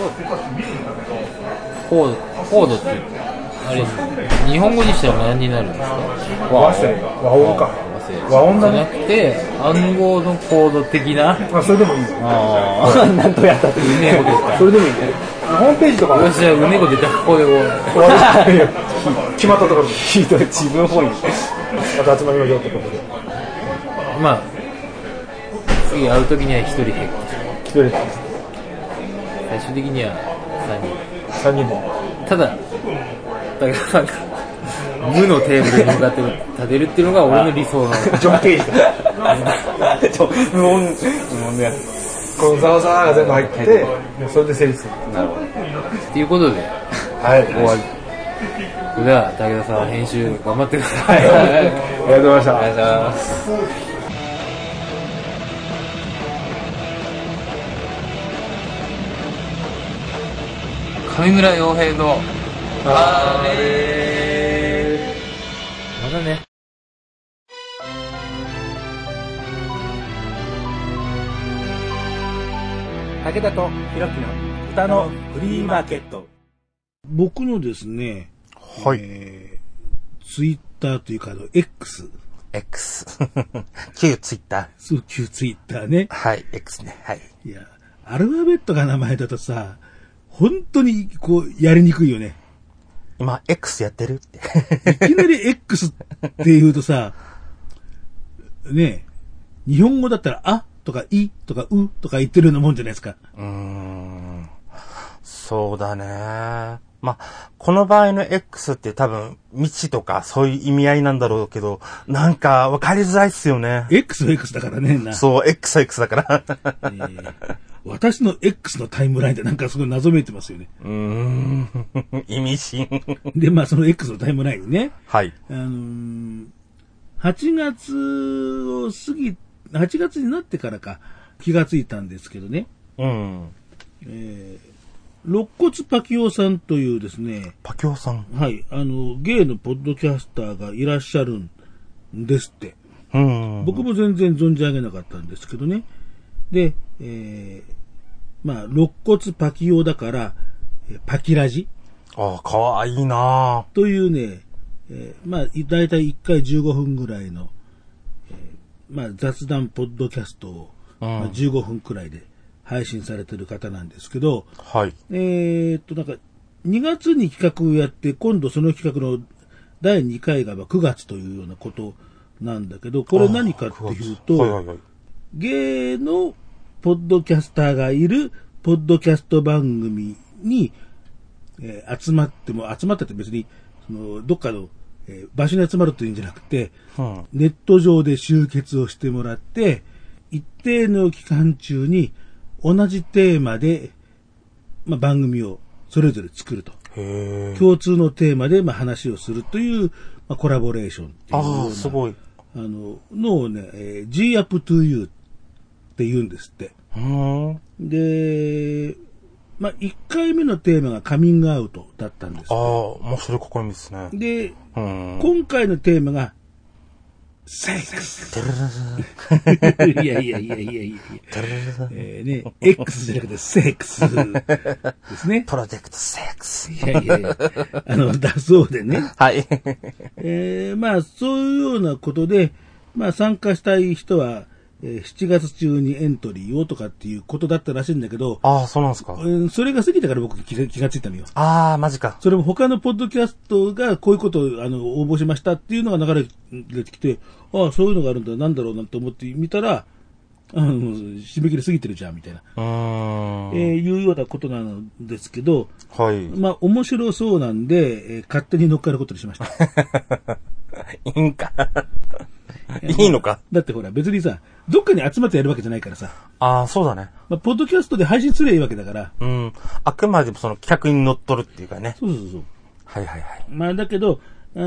Speaker 4: コードってあれ日本語にしたら何になるんですか？
Speaker 5: 和音か。和音だね。
Speaker 4: じゃなくて暗号のコード的な。
Speaker 5: それでもいいよ。
Speaker 4: なんとやったってうめえことですか。
Speaker 5: それでもいいね。ホームページとかも。
Speaker 4: よしじゃあうめえこと言ったらここでこう
Speaker 5: 決まったところで
Speaker 4: ひどい自分本位。
Speaker 5: また集まりましょうってことで。
Speaker 4: まあ次会う時には1人減って
Speaker 5: 一人で
Speaker 4: 最終的には
Speaker 5: 3人で。
Speaker 4: ただ武田さんが無のテーブルに向かって立てるっていうのが俺の理想の
Speaker 5: ジョン・ケージだ。
Speaker 4: 無音のやつ。
Speaker 5: このザワザワが全部入ってて、もうそれで成立する。
Speaker 4: なるほど。ということで、
Speaker 5: はい。
Speaker 4: 終わり。それでは武田さん編集頑張ってください。
Speaker 5: ありがとうございました。
Speaker 4: ありがとうございます。上村洋平のあれまだね。 武田と
Speaker 2: ひろきの
Speaker 1: 歌のフリーマーケット。僕のですね、
Speaker 2: はい。
Speaker 1: ツイッターというかX。
Speaker 2: 旧ツイッター。
Speaker 1: そう、旧ツイッターね。
Speaker 2: はい、X ね。はい。
Speaker 1: いや、アルファベットが名前だとさ、本当にこう、やりにくいよね。
Speaker 2: 今、X やってるって。
Speaker 1: いきなり X って言うとさ、ねえ、日本語だったら、あとか、いとか、うとか言ってるようなもんじゃないですか。
Speaker 2: そうだね。まあ、この場合の X って多分、道とかそういう意味合いなんだろうけど、なんか分かりづらいっすよね。
Speaker 1: X は X だからね。
Speaker 2: そう、X は X だから。
Speaker 1: 私の X のタイムラインでなんかすごい謎めいてますよね。
Speaker 2: 意味深。
Speaker 1: で、まあその X のタイムラインね。
Speaker 2: はい。
Speaker 1: 8月になってからか気がついたんですけどね。肋骨パキオさんというですね。
Speaker 2: パキオさん。
Speaker 1: はい。ゲイのポッドキャスターがいらっしゃるんですって。僕も全然存じ上げなかったんですけどね。で、まあ、肋骨パキオだから、パキラジ。
Speaker 2: ああ、かわいいな
Speaker 1: というね、まあ、だいたい1回15分ぐらいの、まあ、雑談ポッドキャストを、まあ、15分くらいで配信されてる方なんですけど、
Speaker 2: はい。
Speaker 1: なんか、2月に企画をやって、今度その企画の第2回が9月というようなことなんだけど、これ何かっていうと、ゲイのポッドキャスターがいるポッドキャスト番組に、集まってって別に、どっかの、場所に集まるというんじゃなくて、ネット上で集結をしてもらって、一定の期間中に同じテーマで、まあ、番組をそれぞれ作ると。共通のテーマで、まあ、話をするという、まあ、コラボレーションっていうような、
Speaker 2: すごい。
Speaker 1: のをね、G up to you って言うんですって。で、まあ、1回目のテーマがカミングアウトだったんです。
Speaker 2: 面白い試みですね。
Speaker 1: で、今回のテーマが、セックス。いや。ね、X じゃなくてセックスですね。
Speaker 2: プロジェクトセックス。
Speaker 1: いや。だそうでね。
Speaker 2: はい。
Speaker 1: まあ、そういうようなことで、まあ、参加したい人は、7月中にエントリーをとかっていうことだったらしいんだけど、
Speaker 2: そうなんですか。
Speaker 1: それが過ぎたから僕気がついたのよ。
Speaker 2: マジか。
Speaker 1: それも他のポッドキャストがこういうことを応募しましたっていうのが流れてきて、そういうのがあるんだ、なんだろうなんて思って見たら、締め切り過ぎてるじゃんみたいな、いうようなことなんですけど、
Speaker 2: はい。
Speaker 1: まあ面白そうなんで、勝手に乗っかることにしました。
Speaker 2: いいんか。いいのか。
Speaker 1: だってほら別にさ、どっかに集まってやるわけじゃないからさ。
Speaker 2: そうだね。
Speaker 1: まあ、ポッドキャストで配信すればいいわけだから。
Speaker 2: あくまでもその企画に乗っ取るっていうかね。
Speaker 1: そう。
Speaker 2: はい。
Speaker 1: まあだけど、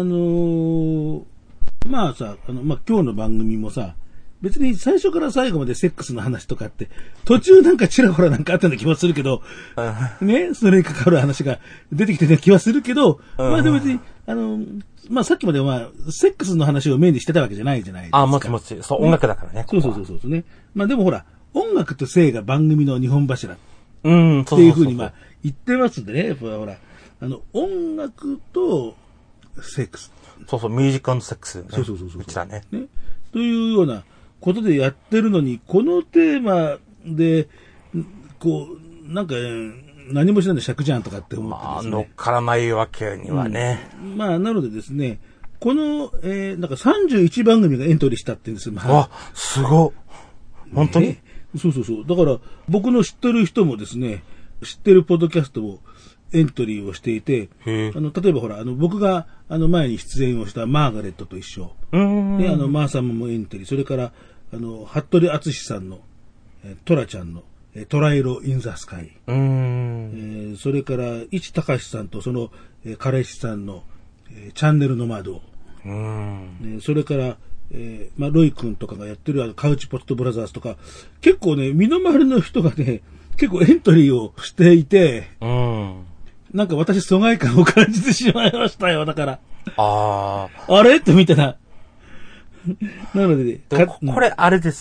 Speaker 1: まあさ、まあ今日の番組もさ、別に最初から最後までセックスの話とかって、途中なんかちらほらなんかあったような気はするけど、ね、それに関わる話が出てきてる気はするけど、まあでも別に、まあさっきまでは、セックスの話をメインにしてたわけじゃないじゃないですか。
Speaker 2: もち。そう、音楽だからね。
Speaker 1: そうね。まあでもほら、音楽と性が番組の二本柱。っていうふうにまあ言ってますんでね、ほら、音楽とセックス。
Speaker 2: そう、ミュージック&セックス、ね。
Speaker 1: そう。
Speaker 2: うちらね。
Speaker 1: というようなことでやってるのに、このテーマで、こう、なんか、何もしないで尺じゃんとかって思ってですね。
Speaker 2: 乗っからないわけにはね。
Speaker 1: まあ、なのでですね、この、なんか31番組がエントリーしたって言うんですよ。
Speaker 2: すごい。本当に、
Speaker 1: そう。だから、僕の知ってる人もですね、知ってるポッドキャストをエントリーをしていて、例えばほら、僕が、前に出演をしたマーガレットと一緒。で、マーサムもエントリー。それから、服部敦さんの、トラちゃんの、トライロ・イン・ザ・スカイ。それから、市隆さんとその、彼氏さんの、チャンネルの窓。それから、まあ、ロイ君とかがやってるカウチポットブラザーズとか、結構ね、身の回りの人がね、結構エントリーをしていて、なんか私疎外感を感じてしまいましたよ、だから。あれと見たら。なので、
Speaker 2: これあれですよ。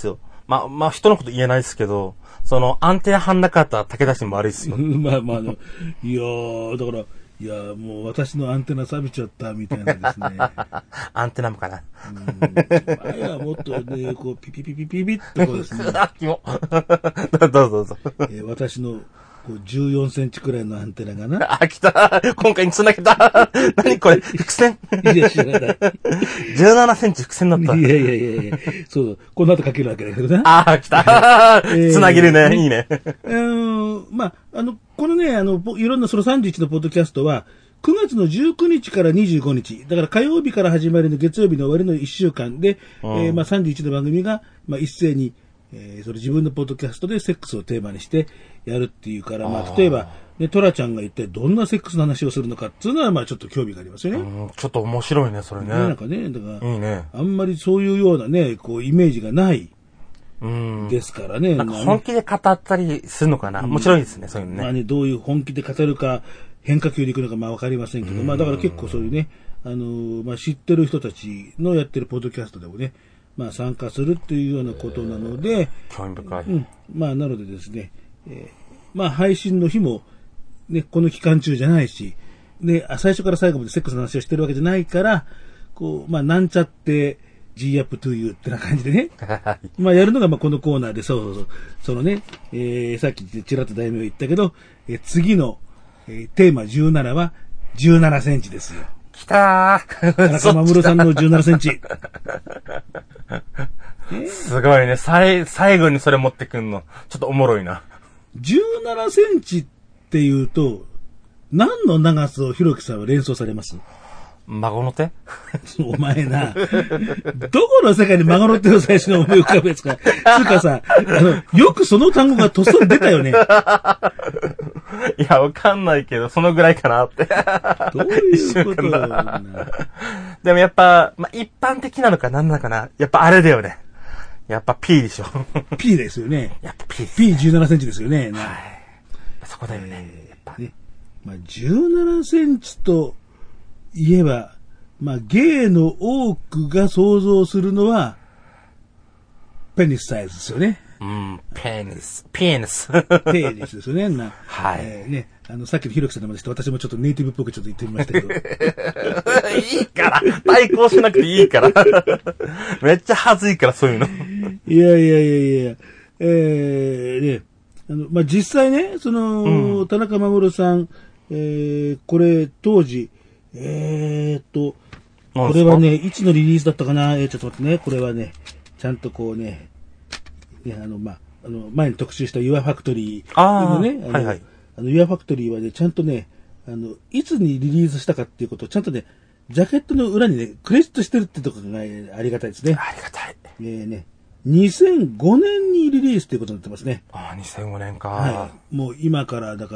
Speaker 2: まあ、人のこと言えないですけど、その、アンテナ張んなかったら武田氏も悪いですよ。
Speaker 1: まあまあ、いやー、だから、いやもう私のアンテナ錆びちゃったみたいなですね。
Speaker 2: アンテナもかな。
Speaker 1: 前はもっとね、こう、ピピピピピピってこうですね。
Speaker 2: キモ。どうぞどうぞ。
Speaker 1: 私の、こう、14センチくらいのアンテナがな。
Speaker 2: 来た。今回に繋げた。何これ伏線
Speaker 1: いや、知らない。
Speaker 2: 17センチ伏線だった。
Speaker 1: いや。そう、この後かけるわけだけどな。
Speaker 2: 来た。繋げるね。いいね。
Speaker 1: まあ、このね、いろんなその31のポッドキャストは、9月の19日から25日、だから火曜日から始まりの月曜日の終わりの1週間で、まあ、31の番組が、まあ、一斉に、それ自分のポッドキャストでセックスをテーマにしてやるっていうから、まあ、例えば、ね、トラちゃんが一体どんなセックスの話をするのかっていうのは、まあ、ちょっと興味がありますよね。
Speaker 2: ちょっと面白いね、それね。
Speaker 1: なんかね、だから、
Speaker 2: いいね。
Speaker 1: あんまりそういうようなね、こう、イメージがない。ですからね。
Speaker 2: なんか本気で語ったりするのかな。面白いですね、そういうのね。
Speaker 1: まあね、どういう本気で語るか、変化球でいくのか、まあわかりませんけど、まあだから結構そういうね、まあ知ってる人たちのやってるポッドキャストでもね、まあ参加するっていうようなことなので、
Speaker 2: 興味深い。
Speaker 1: まあなのでですね、まあ配信の日も、ね、この期間中じゃないし、ね、最初から最後までセックスの話をしてるわけじゃないから、こう、まあなんちゃって、G up to you ってな感じでね。まあやるのがまあこのコーナーで、そうそのね、さっきちらっと題名を言ったけど、次の、テーマ17は17センチですよ。
Speaker 2: きたー。
Speaker 1: 田中守さんの17センチ。
Speaker 2: すごいね。最後にそれ持ってくんの。ちょっとおもろいな。
Speaker 1: 17センチっていうと、何の長さをひろきさんは連想されます？
Speaker 2: 孫の手
Speaker 1: お前な、どこの世界に孫の手を最初に思い浮かべやつか。つうかさ、よくその単語がとっさに出たよね。
Speaker 2: いや、わかんないけど、そのぐらいかなって。
Speaker 1: どういうことだ
Speaker 2: でもやっぱ、まあ、一般的なのか何なのかな。やっぱあれだよね。やっぱ P でしょ。
Speaker 1: P ですよね。
Speaker 2: やっぱ P。
Speaker 1: P17 センチですよね。
Speaker 2: はい。そこだよね。やっぱ
Speaker 1: ね。まあ、17センチと言えば、まあ、ゲイの多くが想像するのは、ペニスサイズですよね。
Speaker 2: ペニス。ペニス
Speaker 1: ですよね。
Speaker 2: はい。
Speaker 1: ね、さっきのひろきさんの話して、私もちょっとネイティブっぽくちょっと言ってみましたけど。
Speaker 2: いいから対抗しなくていいからめっちゃ恥ずいから、そういうの。
Speaker 1: いや。ね、まあ、実際ね、その、田中守さん、これ、当時、これはね、いつのリリースだったかな、ちょっと待ってね、これはね、ちゃんとこうね、まあ、前に特集した Your Factory のね、
Speaker 2: はいはい。
Speaker 1: Your Factory はね、ちゃんとね、いつにリリースしたかっていうことをちゃんとね、ジャケットの裏にね、クレジットしてるってところが、ありがたいですね。
Speaker 2: ありがたい。
Speaker 1: ね、2005年にリリースということになってますね。
Speaker 2: 2005年か。
Speaker 1: はい。もう今からだから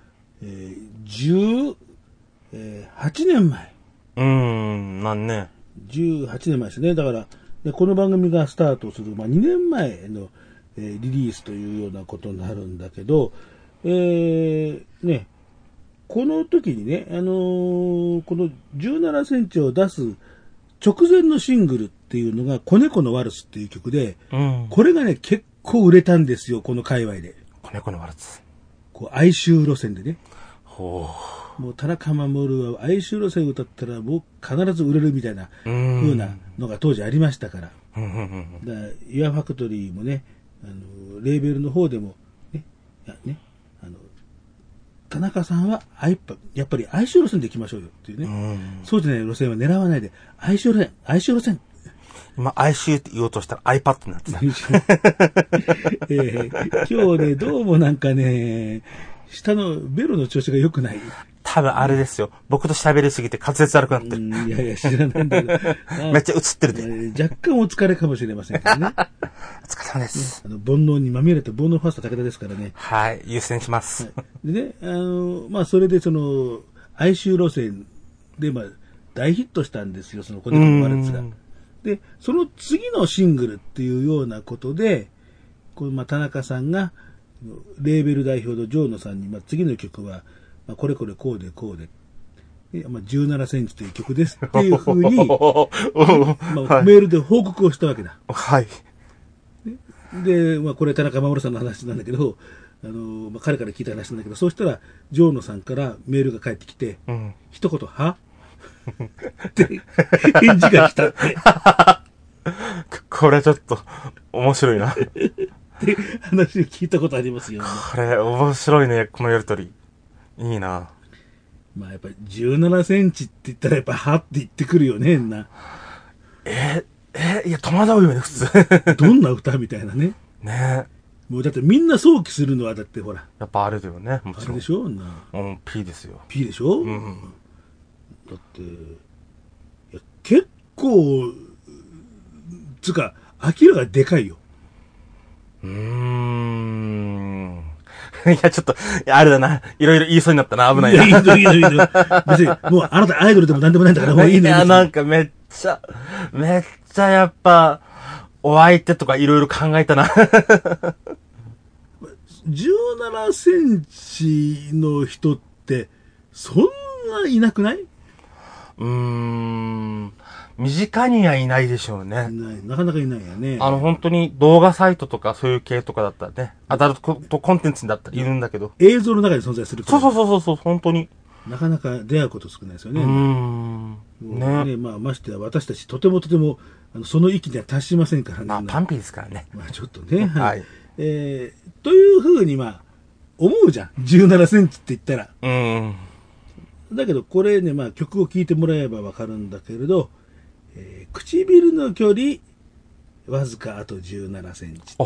Speaker 1: 、18年前。
Speaker 2: 何年
Speaker 1: ?18 年前ですね。だから、この番組がスタートする、まあ、2年前の、リリースというようなことになるんだけど、ね、この時にね、この17センチを出す直前のシングルっていうのが、子猫のワルツっていう曲で、これがね、結構売れたんですよ、この界隈で。
Speaker 2: 子猫のワルツ。
Speaker 1: こう、哀愁路線でね。
Speaker 2: ほ
Speaker 1: う。もう、田中守は哀愁路線を歌ったら、もう必ず売れるみたいな、風なのが当時ありましたから。だから、イヤーファクトリーもね、レーベルの方でも、田中さんはやっぱり哀愁路線で行きましょうよっていうね。そうじゃない路線は狙わないで、哀愁路線。
Speaker 2: 今、ICU って言おうとしたら iPad になってた。
Speaker 1: 今日ね、どうもなんかね、下のベロの調子が良くない。
Speaker 2: 多分あれですよ。僕と喋りすぎて滑舌悪くなってる。
Speaker 1: いや、知らないんだけ
Speaker 2: ど。めっちゃ映ってるで。
Speaker 1: 若干お疲れかもしれませんけどね。
Speaker 2: お疲れ様です。
Speaker 1: 煩悩にまみれた煩悩ファースト武田ですからね。
Speaker 2: はい、優先します。
Speaker 1: でね、まあ、それでその、哀愁路線で、まあ、大ヒットしたんですよ、その子猫のワルツが。で、その次のシングルっていうようなことで、このまあ田中さんが、レーベル代表のジョーノさんに、まあ、次の曲は、まあ、これこれこうでこうで、まあ、17センチという曲ですっていうふうに、まあ、メールで報告をしたわけだ。
Speaker 2: はい。
Speaker 1: で、まあ、これ田中守さんの話なんだけど、まあ、彼から聞いた話なんだけど、そうしたら、ジョーノさんからメールが返ってきて、一言、はって返事が来たって。
Speaker 2: これちょっと面白いな。
Speaker 1: って話を聞いたことありますよね。
Speaker 2: これ面白いね、このやりとり。いいな。
Speaker 1: まあやっぱり17センチって言ったらやっぱはって言ってくるよね、
Speaker 2: いや、戸惑うよね、普通。
Speaker 1: どんな歌みたいなね。
Speaker 2: ね
Speaker 1: もうだってみんな想起するのはだってほら。
Speaker 2: やっぱあれだよね、もちろん。
Speaker 1: あれでしょ
Speaker 2: P ですよ。
Speaker 1: P でしょ
Speaker 2: うん。
Speaker 1: だって、いや結構、つうか、明らかにでかいよ。
Speaker 2: いや、ちょっと、あれだな。いろいろ言いそうになったな。危ないな。
Speaker 1: いいの。別に、もうあなたアイドルでも何でもないんだから、もういいのよ。
Speaker 2: いや、なんかめっちゃやっぱ、お相手とかいろいろ考えたな。
Speaker 1: 17センチの人って、そんないなくない？
Speaker 2: 身近にはいないでしょうね。
Speaker 1: なかなかいないよね。
Speaker 2: 本当に動画サイトとかそういう系とかだったらね、アダルトコンテンツだったらいるんだけど。
Speaker 1: 映像の中で存在する
Speaker 2: そう、本当に。
Speaker 1: なかなか出会うこと少ないですよね。
Speaker 2: ね。
Speaker 1: まあ、ましてや私たちとてもその域には達しませんからね。
Speaker 2: まあ、パンピーですからね。
Speaker 1: まあ、ちょっとね。
Speaker 2: はい。
Speaker 1: というふうに、まあ、思うじゃん。17センチって言ったら。だけど、これね、まあ、曲を聴いてもらえばわかるんだけれど、唇の距離、わずかあと17センチ。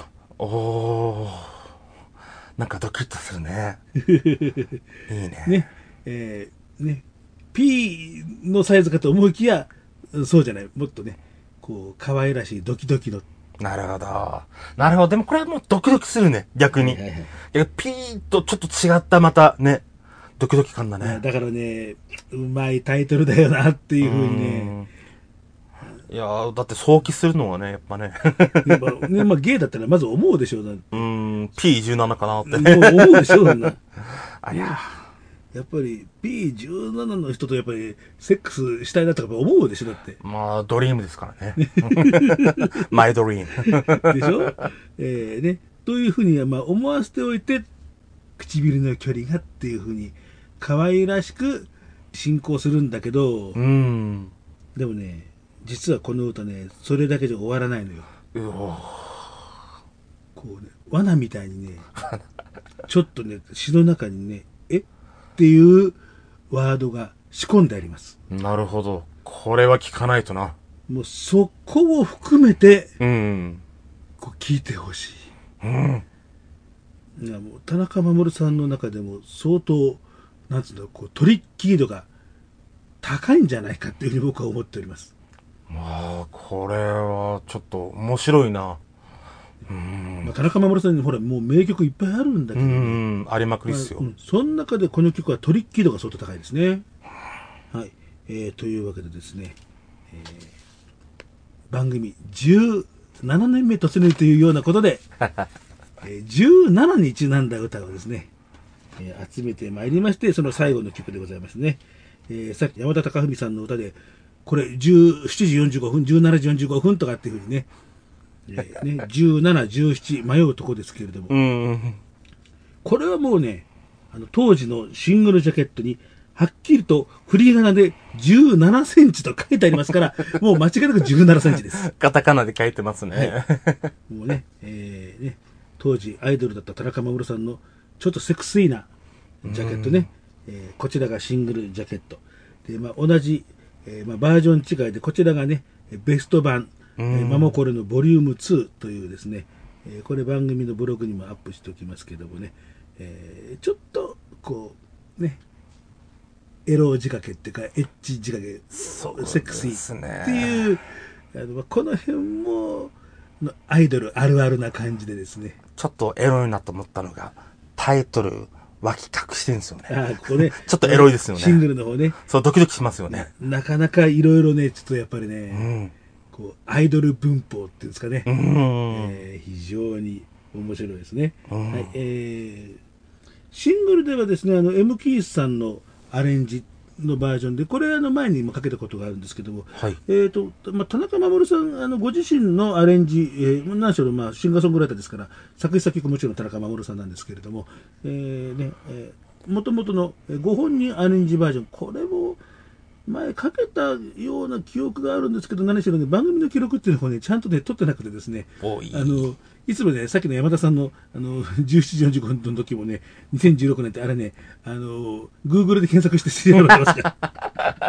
Speaker 2: なんかドキッとするね。いいね。
Speaker 1: P のサイズかと思いきや、そうじゃない。もっとね、こう、可愛らしいドキドキの。
Speaker 2: なるほど。でもこれはもうドキドキするね、逆に。P とちょっと違ったまたね、ドキドキ感だね。
Speaker 1: だからね、うまいタイトルだよなっていうふうにね。
Speaker 2: いやー、だって想起するのはね、やっぱね。
Speaker 1: まあ、ゲイだったらまず思うでしょう。
Speaker 2: P17 かなって。
Speaker 1: もう思うでしょうな。
Speaker 2: ありゃ。
Speaker 1: やっぱり P17 の人とやっぱりセックスしたいなとか思うでしょ、だって。
Speaker 2: まあ、ドリームですからね。マイドリー
Speaker 1: ム。でしょね。というふうに、まあ、思わせておいて、唇の距離がっていうふうに、可愛らしく進行するんだけど、でもね、実はこの歌ね、それだけじゃ終わらないのよ。こうね、罠みたいにね、ちょっとね、詩の中にね、っていうワードが仕込んであります。
Speaker 2: なるほど。これは聞かないとな。
Speaker 1: もうそこを含めて、こう聞いてほしい。いやもう田中守さんの中でも相当、なんつうんだろう、こうトリッキー度が高いんじゃないかっていうふうに僕は思っております。
Speaker 2: まあ、これはちょっと面白いな。
Speaker 1: まあ、田中守さんにほらもう名曲いっぱいあるんだけど、ね、
Speaker 2: ありまくりっすよ、
Speaker 1: その中でこの曲はトリッキー度が相当高いですね。はい、というわけでですね、番組17年目突入というようなことで、17にちなんだ歌をですね、集めてまいりまして、その最後の曲でございますね。さっき山田貴文さんの歌で、これ17時45分、17時45分とかっていうふうにね、17、17迷うとこですけれども、これはもうね、当時のシングルジャケットにはっきりと振り仮名で17センチと書いてありますから、もう間違いなく17センチです。
Speaker 2: カタカナで書いてますね。
Speaker 1: もうね、当時アイドルだった田中守さんのちょっとセクシーなジャケットね、こちらがシングルジャケット。で、まあ、同じ、バージョン違いで、こちらがね、ベスト版、マモコレのボリューム2というですね、これ番組のブログにもアップしておきますけどもね、ちょっとこうね、エロ仕掛けっていうかエッチ仕掛け、セクシーっていうこの辺もアイドルあるあるな感じでですね、
Speaker 2: ちょっとエロいなと思ったのがタイトル脇隠してるんですよね。
Speaker 1: ここね
Speaker 2: ちょっとエロいですよね。
Speaker 1: シングルの方ね、
Speaker 2: そうドキドキしますよね。
Speaker 1: なかなかいろいろね、ちょっとやっぱりね、こうアイドル文法っていうんですかね、非常に面白いですね。はい、シングルではですね、M キースさんのアレンジのバージョンで、これ前にもかけたことがあるんですけども、
Speaker 2: はい。
Speaker 1: 田中守さん、ご自身のアレンジ、何しろシンガーソングライターですから、作詞作曲もちろん田中守さんなんですけれども、元々のご本人アレンジバージョン、これも前かけたような記憶があるんですけど、何しろね、番組の記録っていうのをね、ちゃんとね、取ってなくてですね、いつもね、さっきの山田さんの、17時45分の時もね、2016年ってあれね、Google で検索して知り合いますから。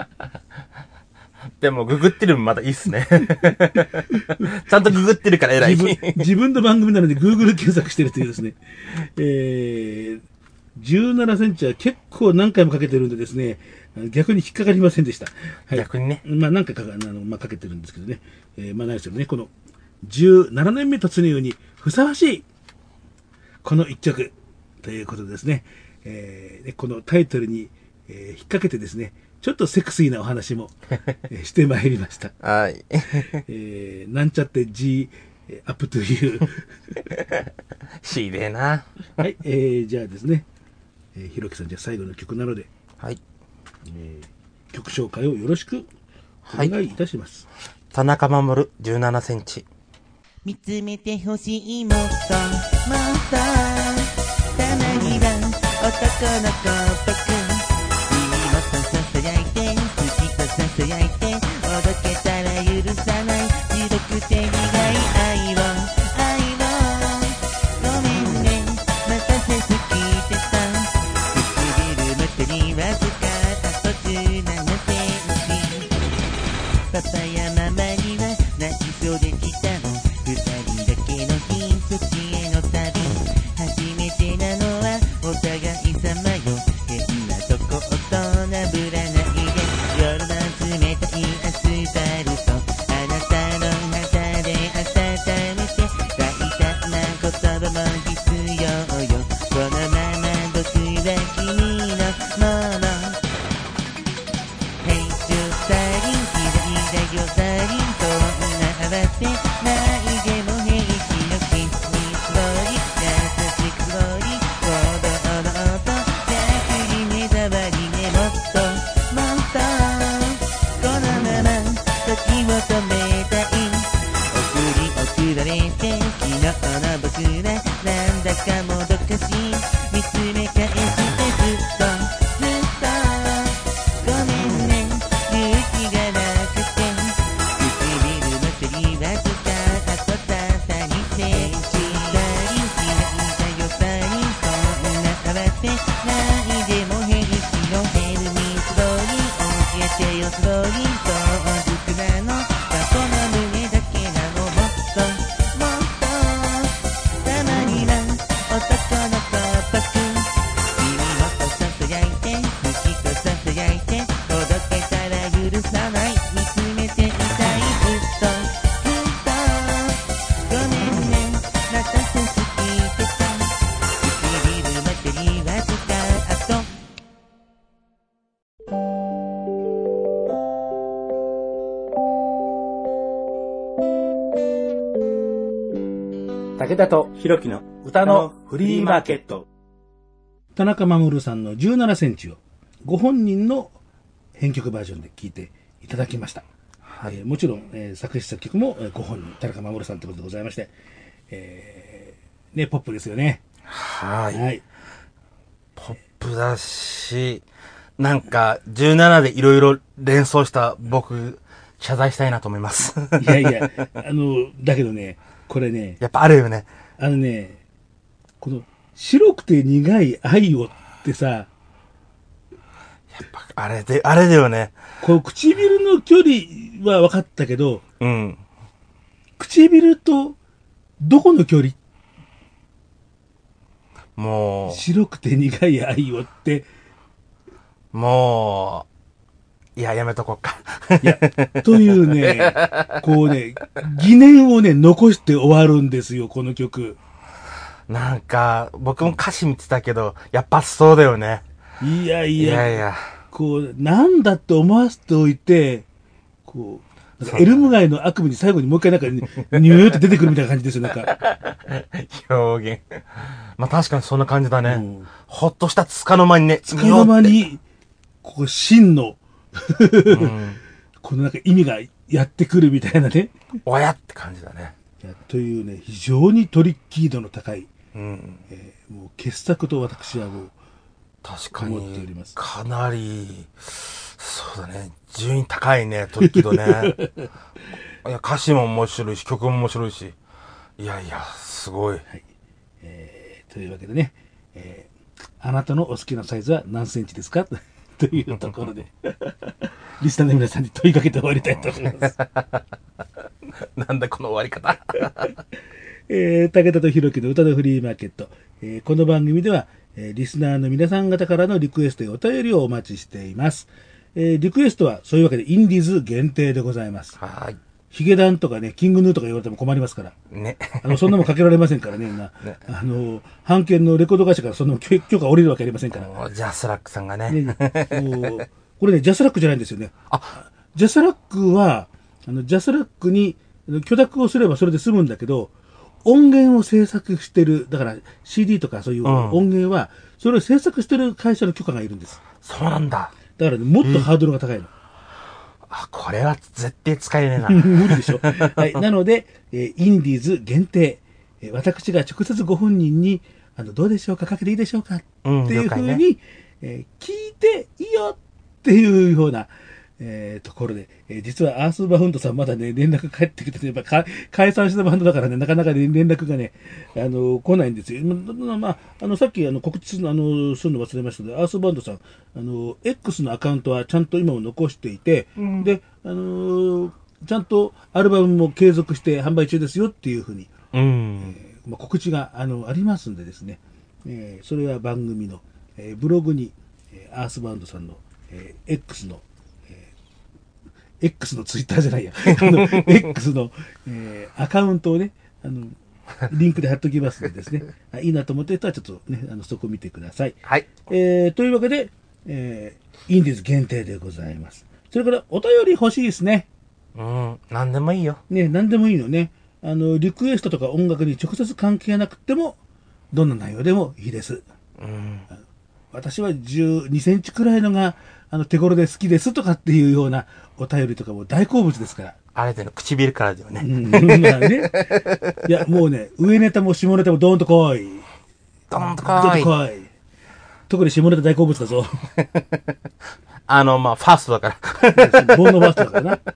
Speaker 2: でも、ググってるのまだいいっすね。ちゃんとググってるから偉い。
Speaker 1: 自分の番組なので Google 検索してるというですね、17センチは結構何回もかけてるんでですね、逆に引っかかりませんでした。はい、
Speaker 2: 逆にね。
Speaker 1: 何回かかけてるんですけどね。何でしょうね、この17年目突入にふさわしい、この一曲ということですね。このタイトルに、引っ掛けてですね、ちょっとセクシーなお話も、してまいりました。
Speaker 2: はい。
Speaker 1: なんちゃって G アップという。
Speaker 2: しれな。
Speaker 1: はい、じゃあですね、ひろきさん、じゃあ最後の曲なので、
Speaker 2: はい。
Speaker 1: 曲紹介をよろしくお願いいたします。
Speaker 2: 田中守17センチ。
Speaker 3: 見つめてほしいもっともっとたまには男の子っぽく君もっとささやいて好きとささやいておどけたら許さない白くて苦い愛をごめんね待たせすぎてさ唇までにわずかあと17センチパパやママには泣きそうできたの二人だけの日そっちへの旅初めてなのはお互いさまよ変なとこ大人ぶらないで夜の冷たいアスファルトあなたの肌で温めて大胆な言葉も必要よこのまま僕は君のもの編集サリン嫌いだよサリンそんな合わせないでも平気のキスにスローリ優しくスローリ行動の音逆に目障りねもっともっとこのまま時を止めたい送り送られて昨日の僕はなんだかもどかしい見つめ返してずっとずっとごめんね勇気がなくて唇のせりわずかあとたたに静止サリン嫌いだよサリンそんな合わせないでも平気のヘルミスローリー教えてよスローリーそう熟なのはこの胸だけなのもっともっとたまには男の子っぽく君もっとささやいて好きとささやいて届けたら許さない見つめていたいずっとずっとごめんね待たせすぎてさ唇までにわずかあと
Speaker 4: 武田と
Speaker 2: ひろきの
Speaker 1: 歌のフリーマーケット。田中守さんの17センチをご本人の編曲バージョンで聴いていただきました。
Speaker 2: はい。
Speaker 1: もちろん、作詞作曲もご本人、田中守さんということでございまして、ね、ポップですよね。
Speaker 2: はい。
Speaker 1: はい。
Speaker 2: ポップだし、なんか、17でいろいろ連想した僕、謝罪したいなと思います。
Speaker 1: いやいや、だけどね、これね、
Speaker 2: やっぱあるよね。
Speaker 1: この白くて苦い愛をってさ、
Speaker 2: やっぱあれだよね。
Speaker 1: こう唇の距離は分かったけど、
Speaker 2: うん。
Speaker 1: 唇とどこの距離？
Speaker 2: も
Speaker 1: 白くて苦い愛をって、
Speaker 2: いや、やめとこっか。
Speaker 1: いや、というね、こうね、疑念をね、残して終わるんですよ、この曲。
Speaker 2: なんか、僕も歌詞見てたけど、やっぱそうだよね。
Speaker 1: いやい
Speaker 2: い
Speaker 1: や、
Speaker 2: やいや。
Speaker 1: こう、なんだって思わせておいて、こう、なんかエルム街の悪夢に最後にもう一回なんか、ニューって出てくるみたいな感じですよ、なんか。
Speaker 2: 表現。まあ確かにそんな感じだね。
Speaker 1: うん
Speaker 2: ほっとしたつかの間にね。
Speaker 1: つかの間に、 ここ真の、このなんか意味がやってくるみたいなね。
Speaker 2: 親って感じだね。
Speaker 1: というね、非常にトリッキー度の高い、
Speaker 2: うん。
Speaker 1: もう傑作と私はもう、
Speaker 2: 確か
Speaker 1: 思っており
Speaker 2: に
Speaker 1: ます、
Speaker 2: かなり、そうだね、順位高いね、トリッキー度ね。いや、歌詞も面白いし、曲も面白いし。いやいや、すごい。
Speaker 1: はい。というわけでね、あなたのお好きなサイズは何センチですかというところで、リスナーの皆さんに問いかけて終わりたいと思います。
Speaker 2: なんだこの終わり方。
Speaker 1: 武田とひろきの歌のフリーマーケット。この番組では、リスナーの皆さん方からのリクエストやお便りをお待ちしています。リクエストはそういうわけでインディーズ限定でございます。
Speaker 2: はい。
Speaker 1: ヒゲダンとかね、キングヌーとか言われても困りますから。
Speaker 2: ね。
Speaker 1: そんなもんかけられませんからね、ね版権のレコード会社からそんな許可降りるわけありませんから。
Speaker 2: ジャスラックさんがね。
Speaker 1: これね、ジャスラックじゃないんですよね。ジャスラックは、ジャスラックに許諾をすればそれで済むんだけど、音源を制作してる、だから CD とかそういう音源は、それを制作してる会社の許可がいるんです。
Speaker 2: そうなんだ。
Speaker 1: だからね、もっとハードルが高いの。
Speaker 2: これは絶対使えねえな。
Speaker 1: 無理でしょ。はい。なので、インディーズ限定、私が直接ご本人に、どうでしょうか、かけていいでしょうか、っていうふうに、聞いていいよっていうような、ところで、実はアースバウンドさんまだね、連絡返ってきて、やっぱ解散したバンドだからね、なかなか連絡がね、来ないんですよ。まあ、さっき告知するの忘れましたので、アースバウンドさん、X のアカウントはちゃんと今も残していて、で、ちゃんとアルバムも継続して販売中ですよっていうふうに、告知がありますんでですね、それは番組の、ブログに、アースバウンドさんの、X のツイッターじゃないや。X の、アカウントをね、リンクで貼っときますのでですね。いいなと思ってる人はちょっとね、そこ見てください。
Speaker 2: はい。
Speaker 1: というわけで、インディーズ限定でございます。それからお便り欲しいですね。
Speaker 2: 何でもいいよ。
Speaker 1: ね、何でもいいのね。リクエストとか音楽に直接関係なくても、どんな内容でもいいです。私は12センチくらいのが、手頃で好きですとかっていうようなお便りとかも大好物ですから。
Speaker 2: あれでの唇からではね。
Speaker 1: まあね。いや、もうね、上ネタも下ネタもドーンと来い。
Speaker 2: ドーンと来い。
Speaker 1: 特に下ネタ大好物だぞ。
Speaker 2: まあ、ファーストだから。
Speaker 1: ボーノファーストだからな。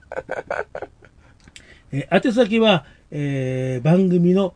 Speaker 1: 宛先は、番組の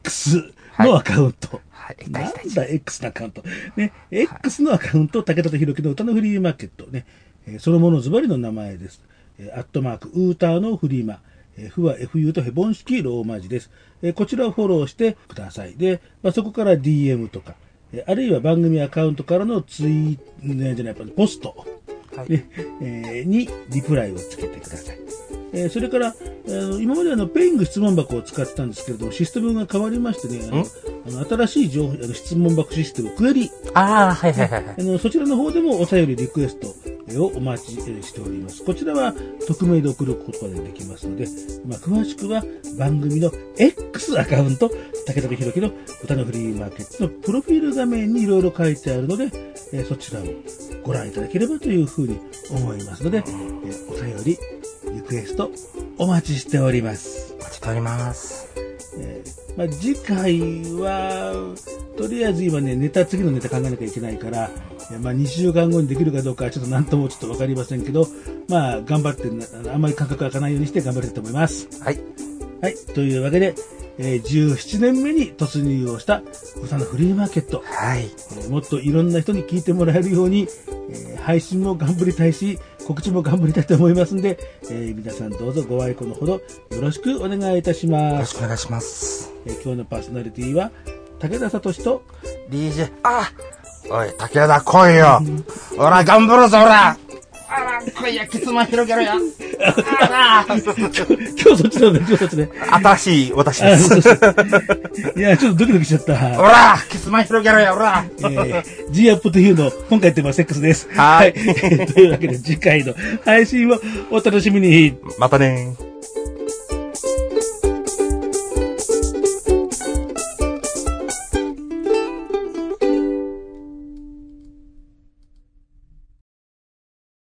Speaker 1: X のアカウント。なんだ X のアカウント。ね。X のアカウント、武田とひろきの歌のフリーマーケットね。そのものズバリの名前です。ウーターのフリーマ。フは FU とヘボン式ローマ字です。こちらをフォローしてください。で、そこから DM とか、あるいは番組アカウントからのポスト、にリプライをつけてください。それから、今までペイング質問箱を使ってたんですけれども、システムが変わりましてね、新しい質問箱システム、クエリ。そちらの方でもお便りリクエストをお待ちしております。こちらは匿名で送ることができますので、詳しくは番組の X アカウント、武田ひろきの歌のフリーマーケットのプロフィール画面にいろいろ書いてあるので、そちらをご覧いただければというふうに思いますので、お便り、リクエストお待ちしております。
Speaker 2: お待ちしております。
Speaker 1: 次回は、とりあえず今ね、次のネタ考えなきゃいけないから、2週間後にできるかどうかはちょっと何ともちょっとわかりませんけど、頑張って、あんまり間隔が空かないようにして頑張りたいと思います。
Speaker 2: はい。
Speaker 1: はい。というわけで、17年目に突入をした歌のフリーマーケット。
Speaker 2: はい。
Speaker 1: もっといろんな人に聞いてもらえるように、配信も頑張りたいし、告知も頑張りたいと思いますんで、皆さんどうぞご愛顧のほどよろしくお願いいたします。
Speaker 2: よろしくお願いします。
Speaker 1: 今日のパーソナリティは、武田聡と、
Speaker 2: DJ、おい、武田来いよ。おら、頑張ろうぞ、おら。来いや、ケツマ広げろや。今
Speaker 1: 日そっちなんだ、今日そっちね。
Speaker 2: 新しい私です。
Speaker 1: いや、ちょっとドキドキしちゃった。
Speaker 2: おら、ケツマ広げろや、おら。
Speaker 1: G アップというの、今回テーマはセックスです。はい。というわけで次回の配信をお楽しみに。
Speaker 2: またねー。